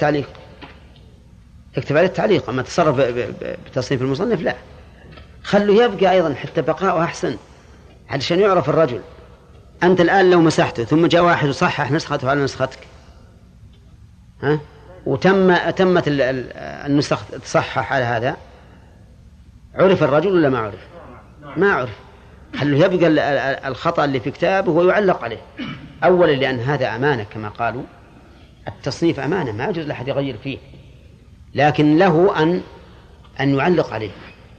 A: التعليق، أما تصرف بتصنيف المصنف لا، خلوا يبقى أيضا حتى بقاءه أحسن علشان يعرف الرجل. أنت الآن لو مسحته ثم جاء واحد وصحح نسخته على نسختك، ها، تمت النسخ تصحح على هذا، عرف الرجل ولا ما عرف؟ ما عرف. خلوا يبقى الخطأ اللي في كتابه ويعلق عليه أولا، لأن هذا أمانة كما قالوا، التصنيف أمانة ما يجوز لأحد يغير فيه، لكن له أن يعلق عليه،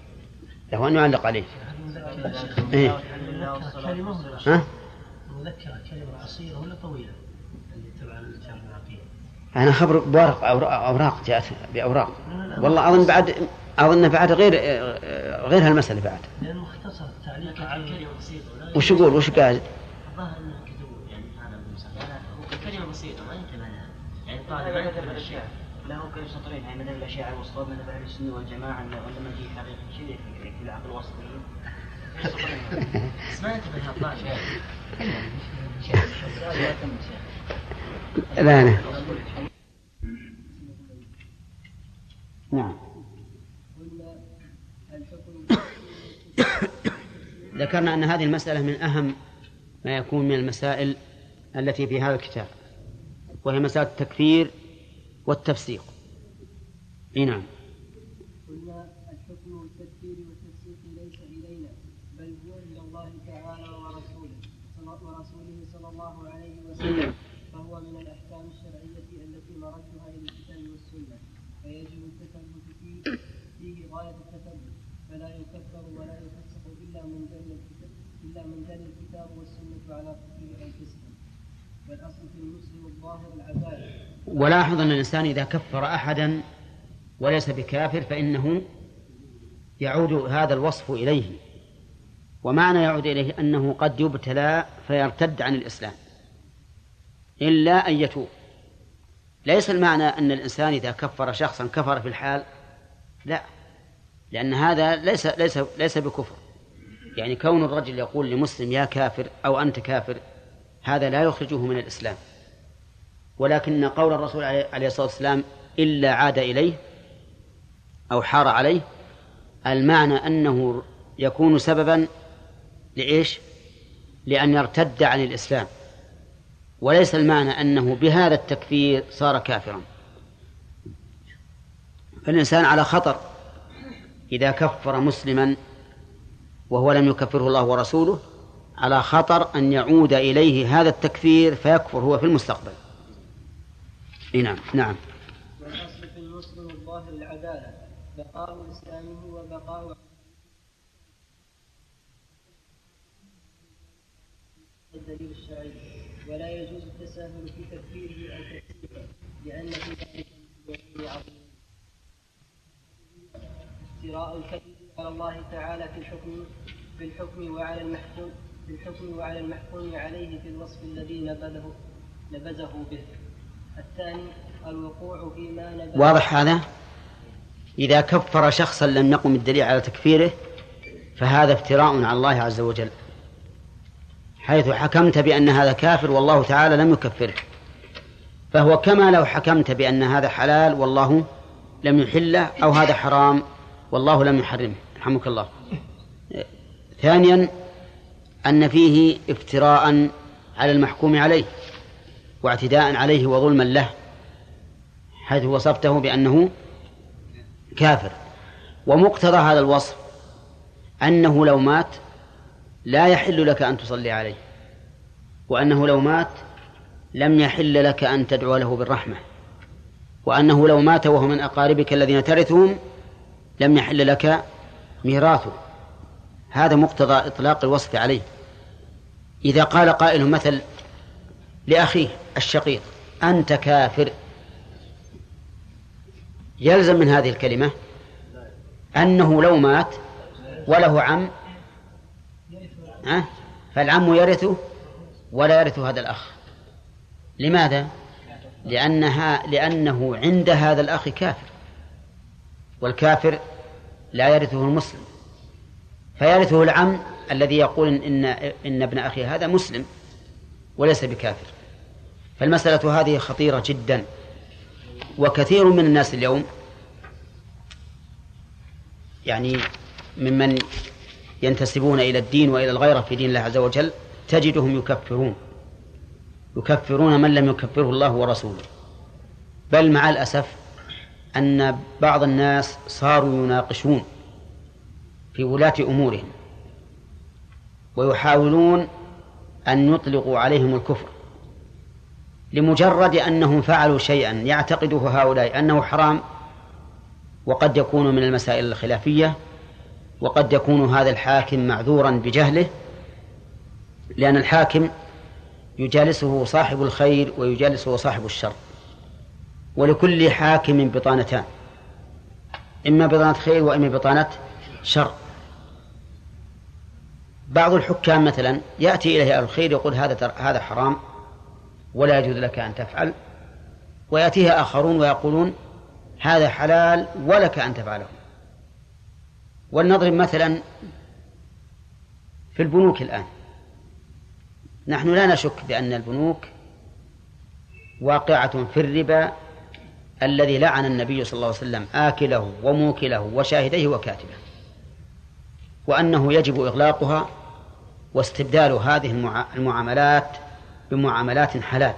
A: إيه؟ ها؟
C: مذكرة كلمة قصيرة ولا طويلة اللي تبع الكتاب العقيدة؟
A: أنا خبر بورق أوراق جاءت بأوراق، والله أظن بعد غير هالمسألة بعد.
C: لأنه مختصر التعليق على كلمة بسيطة.
A: وش قال؟
C: الظاهر أنه كتبوا يعني هذا المسألة كلمة بسيطة ما ينتبه لها، يعني طالب ما ينتبه للأشياء. له كيف سطرين يعني مذهب الأشياء والوسطى، مذهب أهل السنة والجماعة، لما يجي حقيقة شيء في العقل الوسطي بس ما ينتبه لها الطالب.
A: لا. نعم. ذكرنا أن هذه المسألة من أهم ما يكون من المسائل التي في هذا الكتاب، وهي مسألة التكفير والتفسيق. نعم.
B: قلنا الحكم والتكفير والتفسيق ليس إلينا، بل هو إلى الله تعالى ورسوله صلى الله عليه وسلم، فهو من الأحكام الشرعية التي مردها إلى الكتاب والسنة، فيجب التثبت فيه غاية التثبت، فلا يكفر ولا يفسق إلا من دل الكتاب والسنة على كفره أو فسقه، والأصل في المسلم الظاهر العدالة.
A: ولاحظ أن الإنسان إذا كفر أحدا وليس بكافر فإنه يعود هذا الوصف إليه، ومعنى يعود إليه أنه قد يبتلى فيرتد عن الإسلام إلا أن يتوب. ليس المعنى أن الإنسان إذا كفر شخصا كفر في الحال، لا، لأن هذا ليس بكفر. يعني كون الرجل يقول لمسلم يا كافر أو أنت كافر هذا لا يخرجه من الإسلام، ولكن قول الرسول عليه الصلاة والسلام إلا عاد إليه أو حار عليه، المعنى أنه يكون سببا لإيش؟ لأن يرتد عن الإسلام، وليس المعنى أنه بهذا التكفير صار كافرا. فالإنسان على خطر إذا كفر مسلما وهو لم يكفره الله ورسوله، على خطر أن يعود إليه هذا التكفير فيكفر هو في المستقبل. نعم.
B: والأصل في المسلم الظاهر العدالة، بقاء إسلامه وبقاء الدليل الشرعي، ولا يجوز التساهل في تكفيره أو تكفيره، لأن في ذلك من عظيم افتراء الكذب على الله تعالى في الحكم وعلى المحكوم عليه في الوصف الذي نبذه به. الثاني الوقوع فيما نبذ.
A: واضح هذا؟ إذا كفر شخصا لم يقم الدليل على تكفيره فهذا افتراء على الله عز وجل، حيث حكمت بأن هذا كافر والله تعالى لم يكفره، فهو كما لو حكمت بأن هذا حلال والله لم يحله، أو هذا حرام والله لم يحرمه. رحمك الله. ثانيا أن فيه افتراء على المحكوم عليه واعتداء عليه وظلما له، حيث وصفته بأنه كافر. ومقتضى هذا الوصف أنه لو مات لا يحل لك أن تصلي عليه، وأنه لو مات لم يحل لك أن تدعو له بالرحمة، وأنه لو مات وهو من أقاربك الذين ترثهم لم يحل لك ميراثه. هذا مقتضى إطلاق الوصف عليه. إذا قال قائل مثل لأخيه الشقيق أنت كافر، يلزم من هذه الكلمة أنه لو مات وله عم فالعم يرثه ولا يرث هذا الأخ. لماذا؟ لأنه عند هذا الأخ كافر، والكافر لا يرثه المسلم، فيرثه العم الذي يقول إن ابن أخي هذا مسلم وليس بكافر. فالمسألة هذه خطيرة جدا، وكثير من الناس اليوم يعني ممن ينتسبون إلى الدين وإلى الغيرة في دين الله عز وجل تجدهم يكفرون من لم يكفره الله ورسوله. بل مع الأسف أن بعض الناس صاروا يناقشون في ولاة أمورهم ويحاولون أن يطلقوا عليهم الكفر لمجرد أنهم فعلوا شيئا يعتقده هؤلاء أنه حرام، وقد يكون من المسائل الخلافية، وقد يكون هذا الحاكم معذورا بجهله، لأن الحاكم يجالسه صاحب الخير ويجالسه صاحب الشر، ولكل حاكم بطانتان، إما بطانة خير وإما بطانة شر. بعض الحكام مثلا يأتي إليه أهل الخير يقول هذا حرام ولا يجوز لك أن تفعل، ويأتيه آخرون ويقولون هذا حلال ولك أن تفعله. ولنضرب مثلا في البنوك الآن، نحن لا نشك بأن البنوك واقعة في الربا الذي لعن النبي صلى الله عليه وسلم آكله وموكله وشاهديه وكاتبه، وأنه يجب إغلاقها واستبدال هذه المعاملات بمعاملات حلال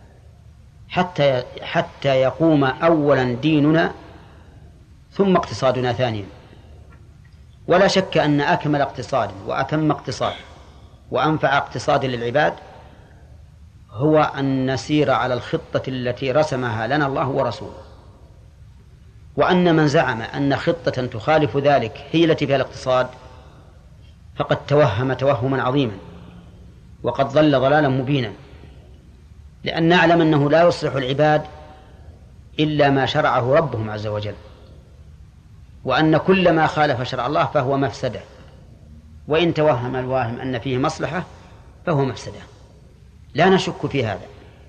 A: حتى يقوم أولا ديننا ثم اقتصادنا ثانيا. ولا شك أن أكمل اقتصاد وأتم اقتصاد وأنفع اقتصاد للعباد هو أن نسير على الخطة التي رسمها لنا الله ورسوله، وأن من زعم أن خطة تخالف ذلك هي التي فيها الاقتصاد فقد توهم توهما عظيما وقد ضل ضلالا مبينا، لأن نعلم أنه لا يصلح العباد إلا ما شرعه ربهم عز وجل، وأن كل ما خالف شرع الله فهو مفسدة، وإن توهم الواهم أن فيه مصلحة فهو مفسدة، لا نشك في هذا.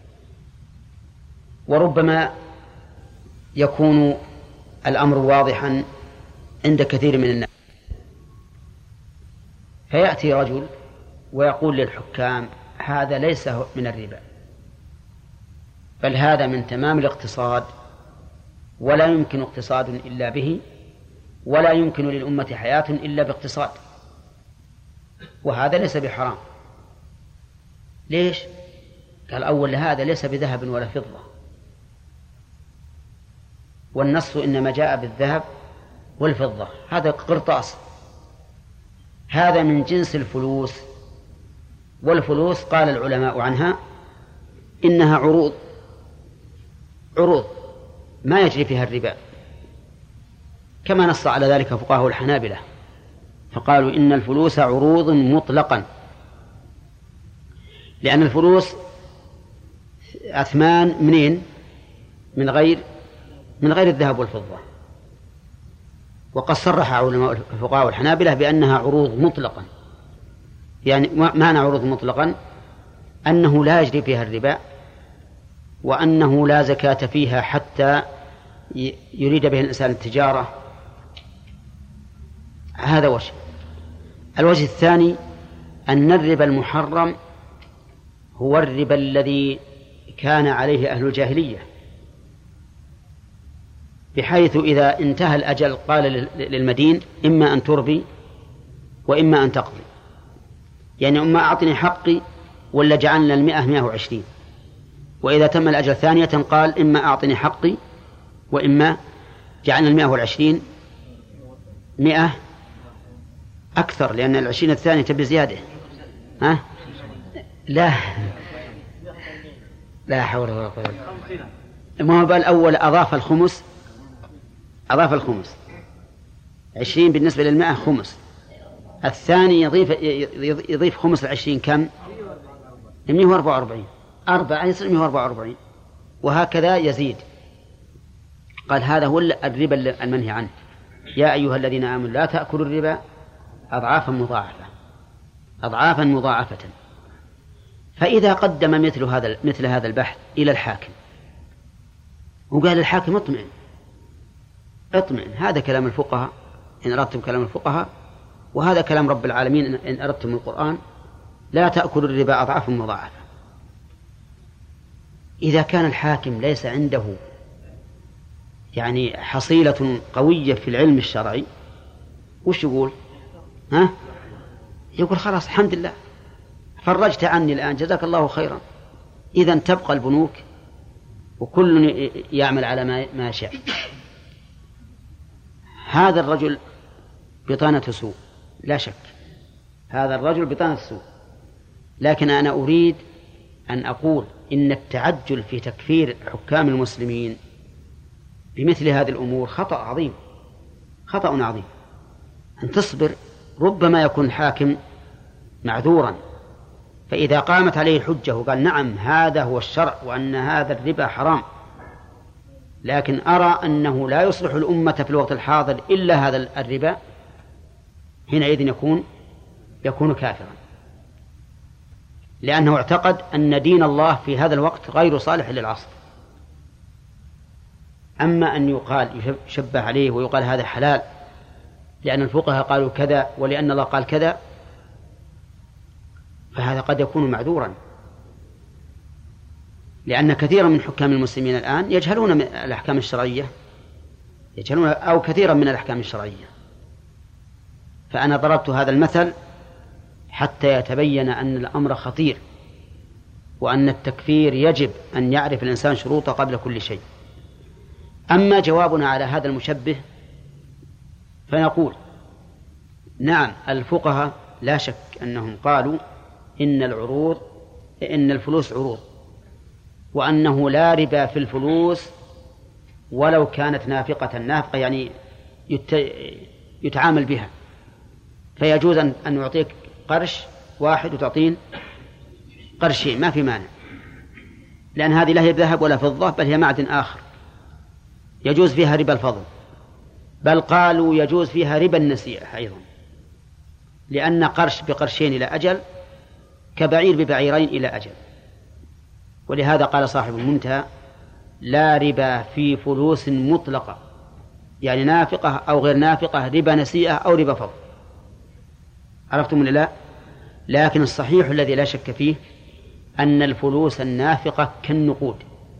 A: وربما يكون الأمر واضحا عند كثير من الناس، فيأتي رجل ويقول للحكام هذا ليس من الربا، بل هذا من تمام الاقتصاد، ولا يمكن اقتصاد إلا به، ولا يمكن للأمة حياة إلا باقتصاد، وهذا ليس بحرام. ليش؟ قال أول هذا ليس بذهب ولا فضة، والنص إنما جاء بالذهب والفضة، هذا قرطاس، هذا من جنس الفلوس، والفلوس قال العلماء عنها إنها عروض ما يجري فيها الربا، كما نص على ذلك فقهاء الحنابلة، فقالوا إن الفلوس عروض مطلقا، لأن الفلوس أثمان منين؟ من غير الذهب والفضة. وقد صرح علماء فقهاء الحنابلة بأنها عروض مطلقا، يعني معنى عروض مطلقا أنه لا يجري فيها الربا، وأنه لا زكاة فيها حتى يريد به الإنسان التجارة. هذا وجه. الوجه الثاني أن الربا المحرم هو الربا الذي كان عليه أهل الجاهلية، بحيث إذا انتهى الأجل قال للمدين إما أن تربي وإما أن تقضي، يعني إما أعطني حقي ولا جعلنا 120. وإذا تم الأجل ثانية قال إما أعطني حقي وإما جعلنا 120 100 أكثر، لأن 20 الثانية تبي زيادة. لا حول ولا قوة إلا بالله. ما هو الأول أضاف الخمس 20 بالنسبة للمئة خمس، الثاني يضيف خمس 20 كم؟ 144، 4 يصير 144، وهكذا يزيد. قال هذا هو الربا المنهي عنه، يا أيها الذين آمنوا لا تأكلوا الربا أضعافا مضاعفة. فإذا قدم مثل هذا البحث إلى الحاكم وقال الحاكم اطمئن، هذا كلام الفقهاء إن أردتم كلام الفقهاء، وهذا كلام رب العالمين إن أردتم القرآن، لا تأكلوا الربا أضعافا مضاعفة. إذا كان الحاكم ليس عنده يعني حصيلة قوية في العلم الشرعي، وش يقول؟ يقول خلاص الحمد لله فرجت عني الآن، جزاك الله خيرا. إذن تبقى البنوك وكل يعمل على ما شاء. هذا الرجل بطانة سوء لا شك، هذا الرجل بطانة سوء، لكن أنا أريد أن أقول إن التعجل في تكفير حكام المسلمين بمثل هذه الأمور خطأ عظيم. أن تصبر، ربما يكون الحاكم معذورا، فإذا قامت عليه الحجة وقال نعم هذا هو الشرع وأن هذا الربا حرام، لكن أرى أنه لا يصلح الأمة في الوقت الحاضر إلا هذا الربا، حينئذ يكون كافرا، لأنه اعتقد أن دين الله في هذا الوقت غير صالح للعصر. أما أن يشبه عليه ويقال هذا حلال لأن الفقهاء قالوا كذا ولأن الله قال كذا، فهذا قد يكون معذورا، لأن كثيرا من حكام المسلمين الآن يجهلون الأحكام الشرعية، أو كثيرا من الأحكام الشرعية. فأنا ضربت هذا المثل حتى يتبين أن الأمر خطير، وأن التكفير يجب أن يعرف الإنسان شروطه قبل كل شيء. أما جوابنا على هذا المشبه فنقول نعم الفقهاء لا شك أنهم قالوا إن الفلوس عروض، وأنه لا ربا في الفلوس ولو كانت نافقة يعني يتعامل بها، فيجوز أن يعطيك قرش واحد وتعطين قرشين ما في مانع، لأن هذه لا هي ذهب ولا فضة بل هي معدن آخر يجوز فيها ربا الفضل، بل قالوا يجوز فيها ربا النسيئة أيضا، لأن قرش بقرشين إلى أجل كبعير ببعيرين إلى أجل. ولهذا قال صاحب المنتهى: لا ربا في فلوس مطلقة، يعني نافقة أو غير نافقة، ربا نسيئة أو ربا فضل. عرفتم ولا لا؟ لكن الصحيح الذي لا شك فيه أن الفلوس النافقة كالنقود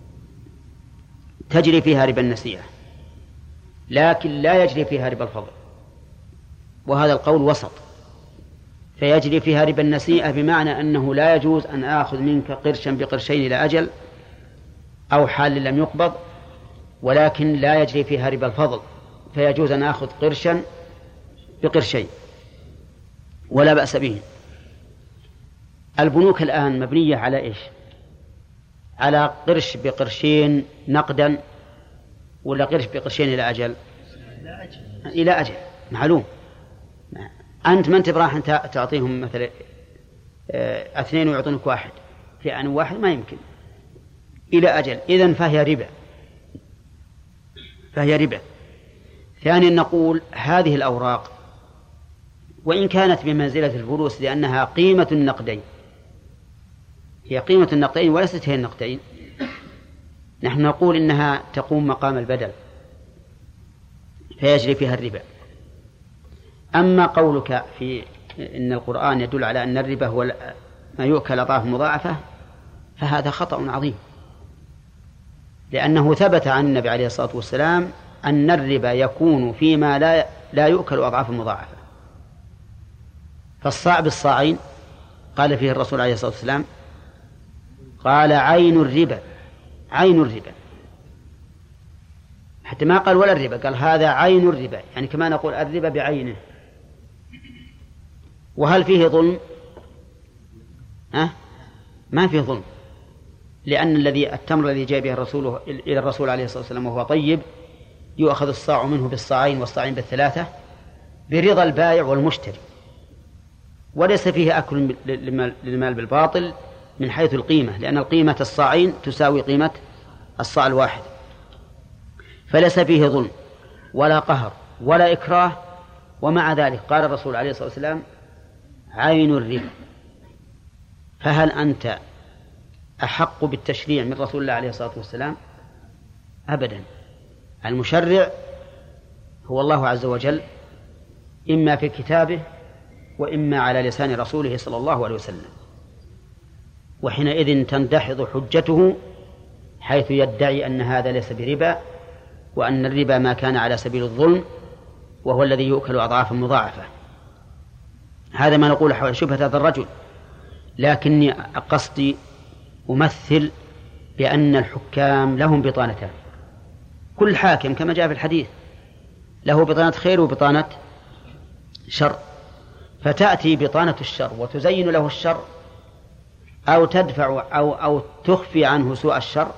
A: تجري فيها ربا النسيئة، لكن لا يجري فيها ربا الفضل، وهذا القول وسط. فيجري فيها ربا النسيئة بمعنى أنه لا يجوز أن آخذ منك قرشا بقرشين إلى أجل أو حال لم يقبض، ولكن لا يجري فيها ربا الفضل، فيجوز أن آخذ قرشا بقرشين ولا بأس به. البنوك الآن مبنية على إيش؟ على قرش بقرشين نقدا ولا قرش بقرشين إلى أجل؟ إلى أجل معلوم. أنت ما أنت براح تعطيهم مثلا 2 ويعطونك 1 في آن واحد، ما يمكن، إلى أجل. إذن فهي ربا. ثانيا نقول هذه الأوراق وإن كانت بمنزلة الفلوس لأنها قيمة النقدين، هي قيمة النقدين وليست هي النقدين، نحن نقول إنها تقوم مقام البدل فيجري فيها الربا. أما قولك في إن القرآن يدل على أن الربا هو ما يؤكل أضعاف مضاعفة، فهذا خطأ عظيم، لأنه ثبت عن النبي عليه الصلاة والسلام أن الربا يكون فيما لا يؤكل أضعاف مضاعفة. فالصاع بالصاعين قال فيه الرسول عليه الصلاة والسلام، قال عين الربا، حتى ما قال ولا الربا، قال هذا عين الربا، يعني كما نقول الربا بعينه. وهل فيه ظلم؟ ما فيه ظلم، لأن التمر الذي جاء به الرسول إلى الرسول عليه الصلاة والسلام وهو طيب يؤخذ الصاع منه بالصاعين والصاعين بالثلاثة برضا البائع والمشتري، وليس فيه أكل للمال بالباطل من حيث القيمة، لأن القيمة الصاعين تساوي قيمة الصاع الواحد، فليس فيه ظلم ولا قهر ولا إكراه. ومع ذلك قال الرسول عليه الصلاة والسلام عين الربا. فهل أنت أحق بالتشريع من رسول الله عليه الصلاة والسلام؟ أبدا. المشرع هو الله عز وجل، إما في كتابه وإما على لسان رسوله صلى الله عليه وسلم، وحينئذ تندحض حجته حيث يدعي أن هذا ليس بربا، وأن الربا ما كان على سبيل الظلم وهو الذي يؤكل أضعافا مضاعفة. هذا ما نقول حول شبهة هذا الرجل. لكني قصدي أمثل بأن الحكام لهم بطانتان، كل حاكم كما جاء في الحديث له بطانة خير وبطانة شر، فتأتي بطانة الشر وتزين له الشر أو تدفع أو تخفي عنه سوء الشر،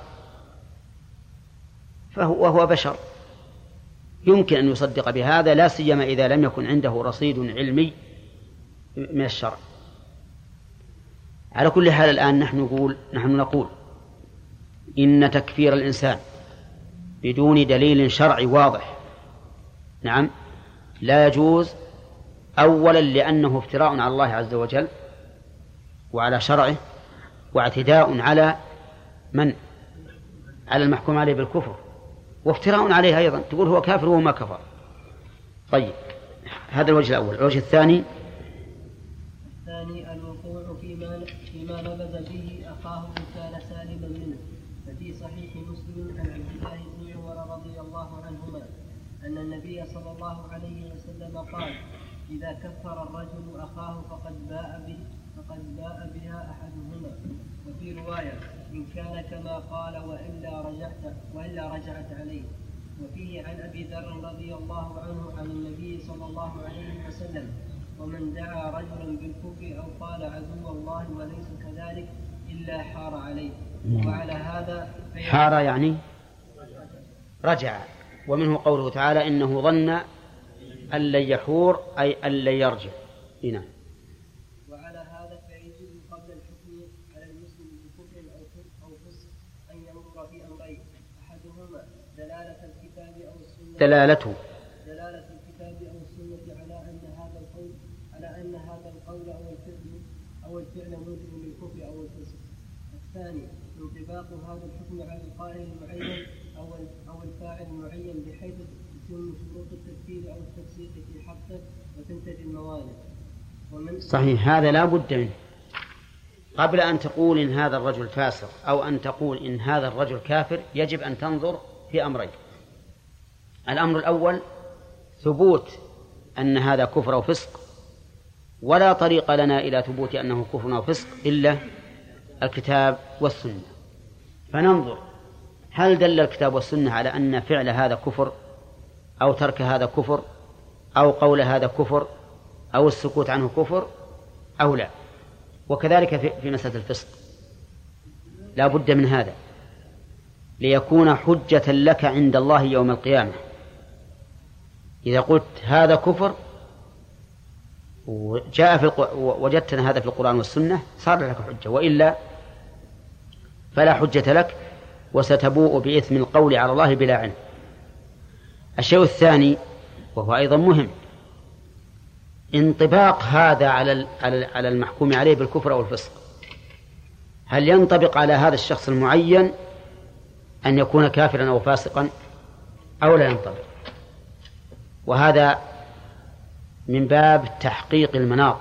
A: وهو بشر يمكن أن يصدق بهذا، لا سيما إذا لم يكن عنده رصيد علمي من الشر. على كل حال الآن نحن نقول إن تكفير الإنسان بدون دليل شرعي واضح نعم لا يجوز، أولا لأنه افتراء على الله عز وجل وعلى شرعه، واعتداء على على المحكوم عليه بالكفر، وافتراء عليه أيضا، تقول هو كافر وهو ما كفر. طيب هذا الوجه الأول. الوجه الثاني
B: الوقوع فيما نبذ به أخاه إن كان سالما منه. ففي صحيح مسلم عن عبد الله بن عمر رضي الله عنهما أن النبي صلى الله عليه وسلم قال: إذا كفر الرجل أخاه فقد باء بها أحدهما. وفي رواية: إن كان كما قال وإلا رجعت عليه. وفيه عن أبي ذر رضي الله عنه عن النبي صلى الله عليه وسلم: ومن دعا رجلا بالكفر أو قال عدو الله وليس كذلك إلا حار عليه. وعلى هذا
A: حار يعني رجع. ومنه قوله تعالى: إنه ظن أن لن يحور أي أن لن يرجع. هنا
B: وعلى هذا فيجب قبل الحكم على المسلم بكفر أو فسق أن ينظر في أمرين: أحدهما دلالة الكتاب أو السنة على أن هذا الثاني انطباق هذا الحكم على القائل المعين أو الفاعل المعين بحيث تتم شروط التكفير أو التفسيق في حقه وتنتفي الموانع.
A: صحيح، هذا لا بد منه. قبل أن تقول إن هذا الرجل فاسق أو أن تقول إن هذا الرجل كافر يجب أن تنظر في أمرين. الأمر الأول ثبوت أن هذا كفر أو فسق، ولا طريق لنا إلى ثبوت أنه كفر أو فسق إلا الكتاب والسنة. فننظر هل دل الكتاب والسنة على أن فعل هذا كفر أو ترك هذا كفر أو قول هذا كفر أو السكوت عنه كفر أو لا. وكذلك في مسألة الفسق لا بد من هذا ليكون حجة لك عند الله يوم القيامة. إذا قلت هذا كفر وجدتنا هذا في القرآن والسنة صار لك حجة، وإلا فلا حجة لك وستبوء بإثم القول على الله بلا علم. الشيء الثاني وهو أيضا مهم انطباق هذا على المحكوم عليه بالكفر أو الفسق. هل ينطبق على هذا الشخص المعين أن يكون كافرا أو فاسقا أو لا ينطبق؟ وهذا من باب تحقيق المناط،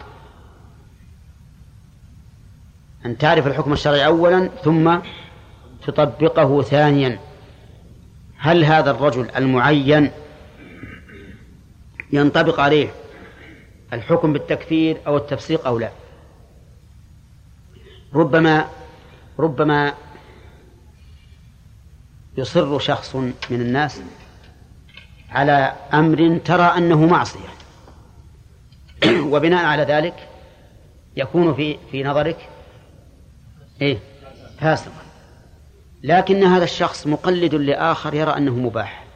A: أن تعرف الحكم الشرعي أولا ثم تطبقه ثانيا. هل هذا الرجل المعين ينطبق عليه الحكم بالتكفير أو التفسيق أو لا؟ ربما يصر شخص من الناس على أمر ترى أنه معصية، وبناء على ذلك يكون في نظرك فاسقا، لكن هذا الشخص مقلد لآخر يرى أنه مباح،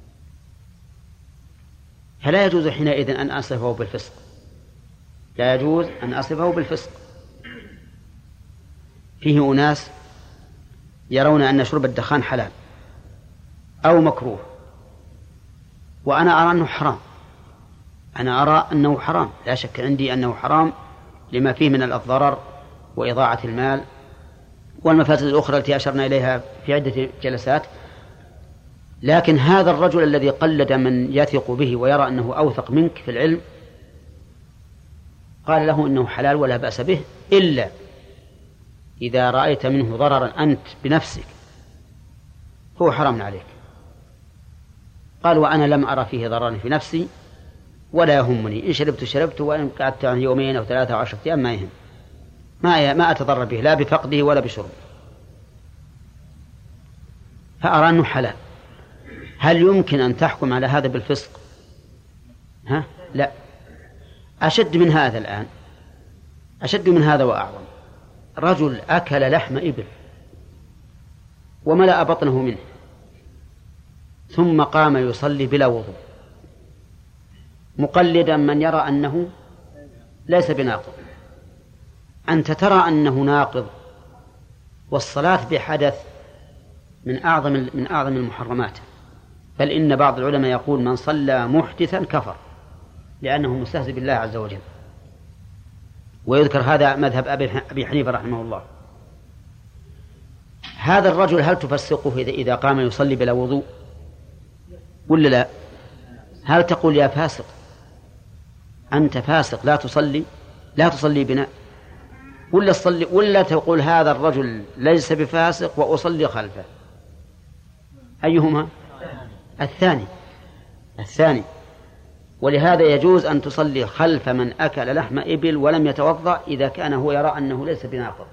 A: فلا يجوز حينئذ أن أصفه بالفسق، لا يجوز أن أصفه بالفسق. فيه أناس يرون أن شرب الدخان حلال أو مكروه، وأنا أرى أنه حرام. أنا أرى أنه حرام، لا شك عندي أنه حرام لما فيه من الضرر وإضاعة المال والمفاسد الأخرى التي أشرنا إليها في عدة جلسات. لكن هذا الرجل الذي قلد من يثق به ويرى أنه أوثق منك في العلم قال له إنه حلال ولا بأس به، إلا إذا رأيت منه ضررا أنت بنفسك هو حرام عليك. قال وأنا لم أرى فيه ضررا في نفسي ولا يهمني، إن شربت وإن قعدت عن يومين أو 3 أو 10 أيام ما يهم، ما أتضرر به لا بفقده ولا بشربه، فأرى أنه حلال. هل يمكن أن تحكم على هذا بالفسق؟ لا. أشد من هذا الآن، أشد من هذا وأعظم. رجل أكل لحم إبل وملأ بطنه منه ثم قام يصلي بلا وضوء مقلدا من يرى أنه ليس بناقض. أنت ترى أنه ناقض، والصلاة بحدث من أعظم المحرمات، بل إن بعض العلماء يقول من صلى محدثا كفر لأنه مستهزئ بالله عز وجل. ويذكر هذا مذهب أبي حنيفة رحمه الله. هذا الرجل هل تفسقه إذا قام يصلي بلا وضوء ولا لا؟ هل تقول يا فاسق أنت فاسق لا تصلي بنا، ولا تقول هذا الرجل ليس بفاسق وأصلي خلفه؟ أيهما؟ الثاني. ولهذا يجوز أن تصلي خلف من أكل لحم إبل ولم يتوضأ إذا كان هو يرى أنه ليس بناقض،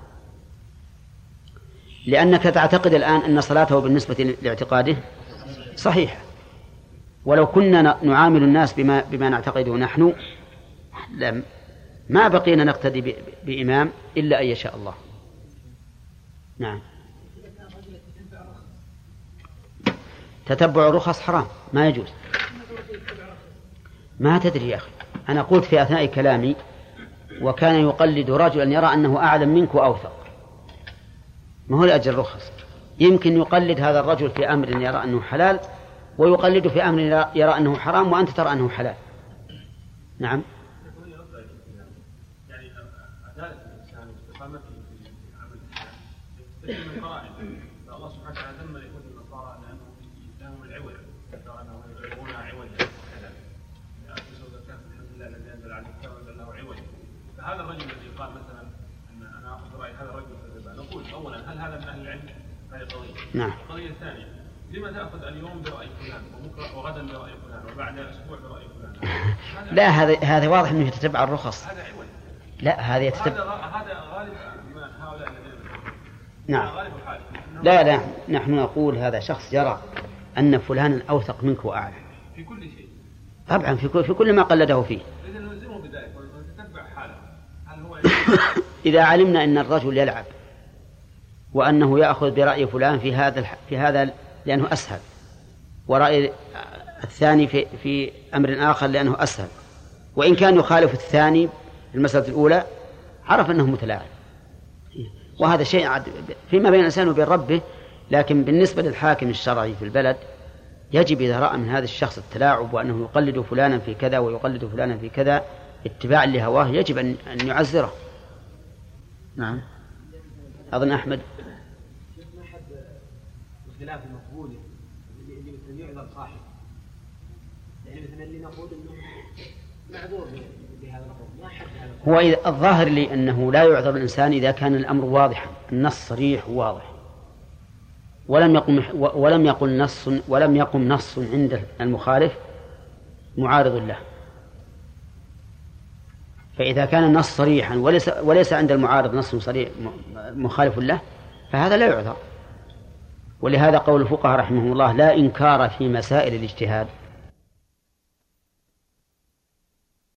A: لأنك تعتقد الآن أن صلاته بالنسبة لاعتقاده صحيحة. ولو كنا نعامل الناس بما نعتقده نحن ما بقينا نقتدي بإمام إلا أن يشاء الله. نعم. تتبع الرخص حرام، ما يجوز. ما تدري يا أخي، أنا قلت في أثناء كلامي وكان يقلد رجلا يرى أنه أعلم منك وأوثق، ما هو لأجل الرخص. يمكن يقلد هذا الرجل في أمر يرى أنه حلال ويقلد في أمر يرى أنه حرام وأنت ترى أنه حلال. نعم.
E: النصارى لأنه يتهمون العوج، ذكر أنهم يجعلونها عوجا كذا. أتوا زكاة الحمد لله الذي أنزل على الكتاب وأنزل له عوجا. فهذا الرجل الذي قال مثلا أن أنا أخذ رأي هذا الرجل في الربا، نقول أولا هل هذا من أهل العلم؟ هذه قضية.
A: نعم.
E: القضية الثانية، لما تأخذ اليوم برأي فلان وبكرة وغدا برأي فلان وبعد أسبوع برأي فلان؟
A: لا، هذا واضح أنه يتتبع الرخص.
E: هذا عوج.
A: لا، هذا يتتبع.
E: هذا غالب هؤلاء الذين.
A: نعم.
E: غالب الحال.
A: لا، نحن نقول هذا شخص يرى أن فلانا أوثق منك وأعلم.
E: في كل شيء.
A: طبعا في كل ما قلده فيه.
E: إذا نلزمه بذلك ونتتبع حاله. هل هو
A: إذا علمنا أن الرجل يلعب وأنه يأخذ برأي فلان في هذا لأنه أسهل، ورأي الثاني في أمر آخر لأنه أسهل، وإن كان يخالف الثاني في المسألة الأولى عرف أنه متلاعب، وهذا شيء فيما بين الإنسان وبين ربه. لكن بالنسبة للحاكم الشرعي في البلد يجب إذا رأى من هذا الشخص التلاعب وأنه يقلد فلانا في كذا ويقلد فلانا في كذا اتباعا لهواه يجب أن يعزره. نعم. أظن أحمد.
C: ما حد الخلاف المقبول اللي مثلا يعذر صاحب، يعني مثلا اللي نقول إنه معذور بهذا القول، ما حد هذا.
A: هو الظاهر لي أنه لا يعذر الإنسان إذا كان الأمر واضحا، النص صريح وواضح، ولم يقم نص عند المخالف معارض له. فإذا كان النص صريحا وليس عند المعارض نص صريح مخالف له فهذا لا يعذر. ولهذا قول الفقهاء رحمه الله لا إنكار في مسائل الاجتهاد.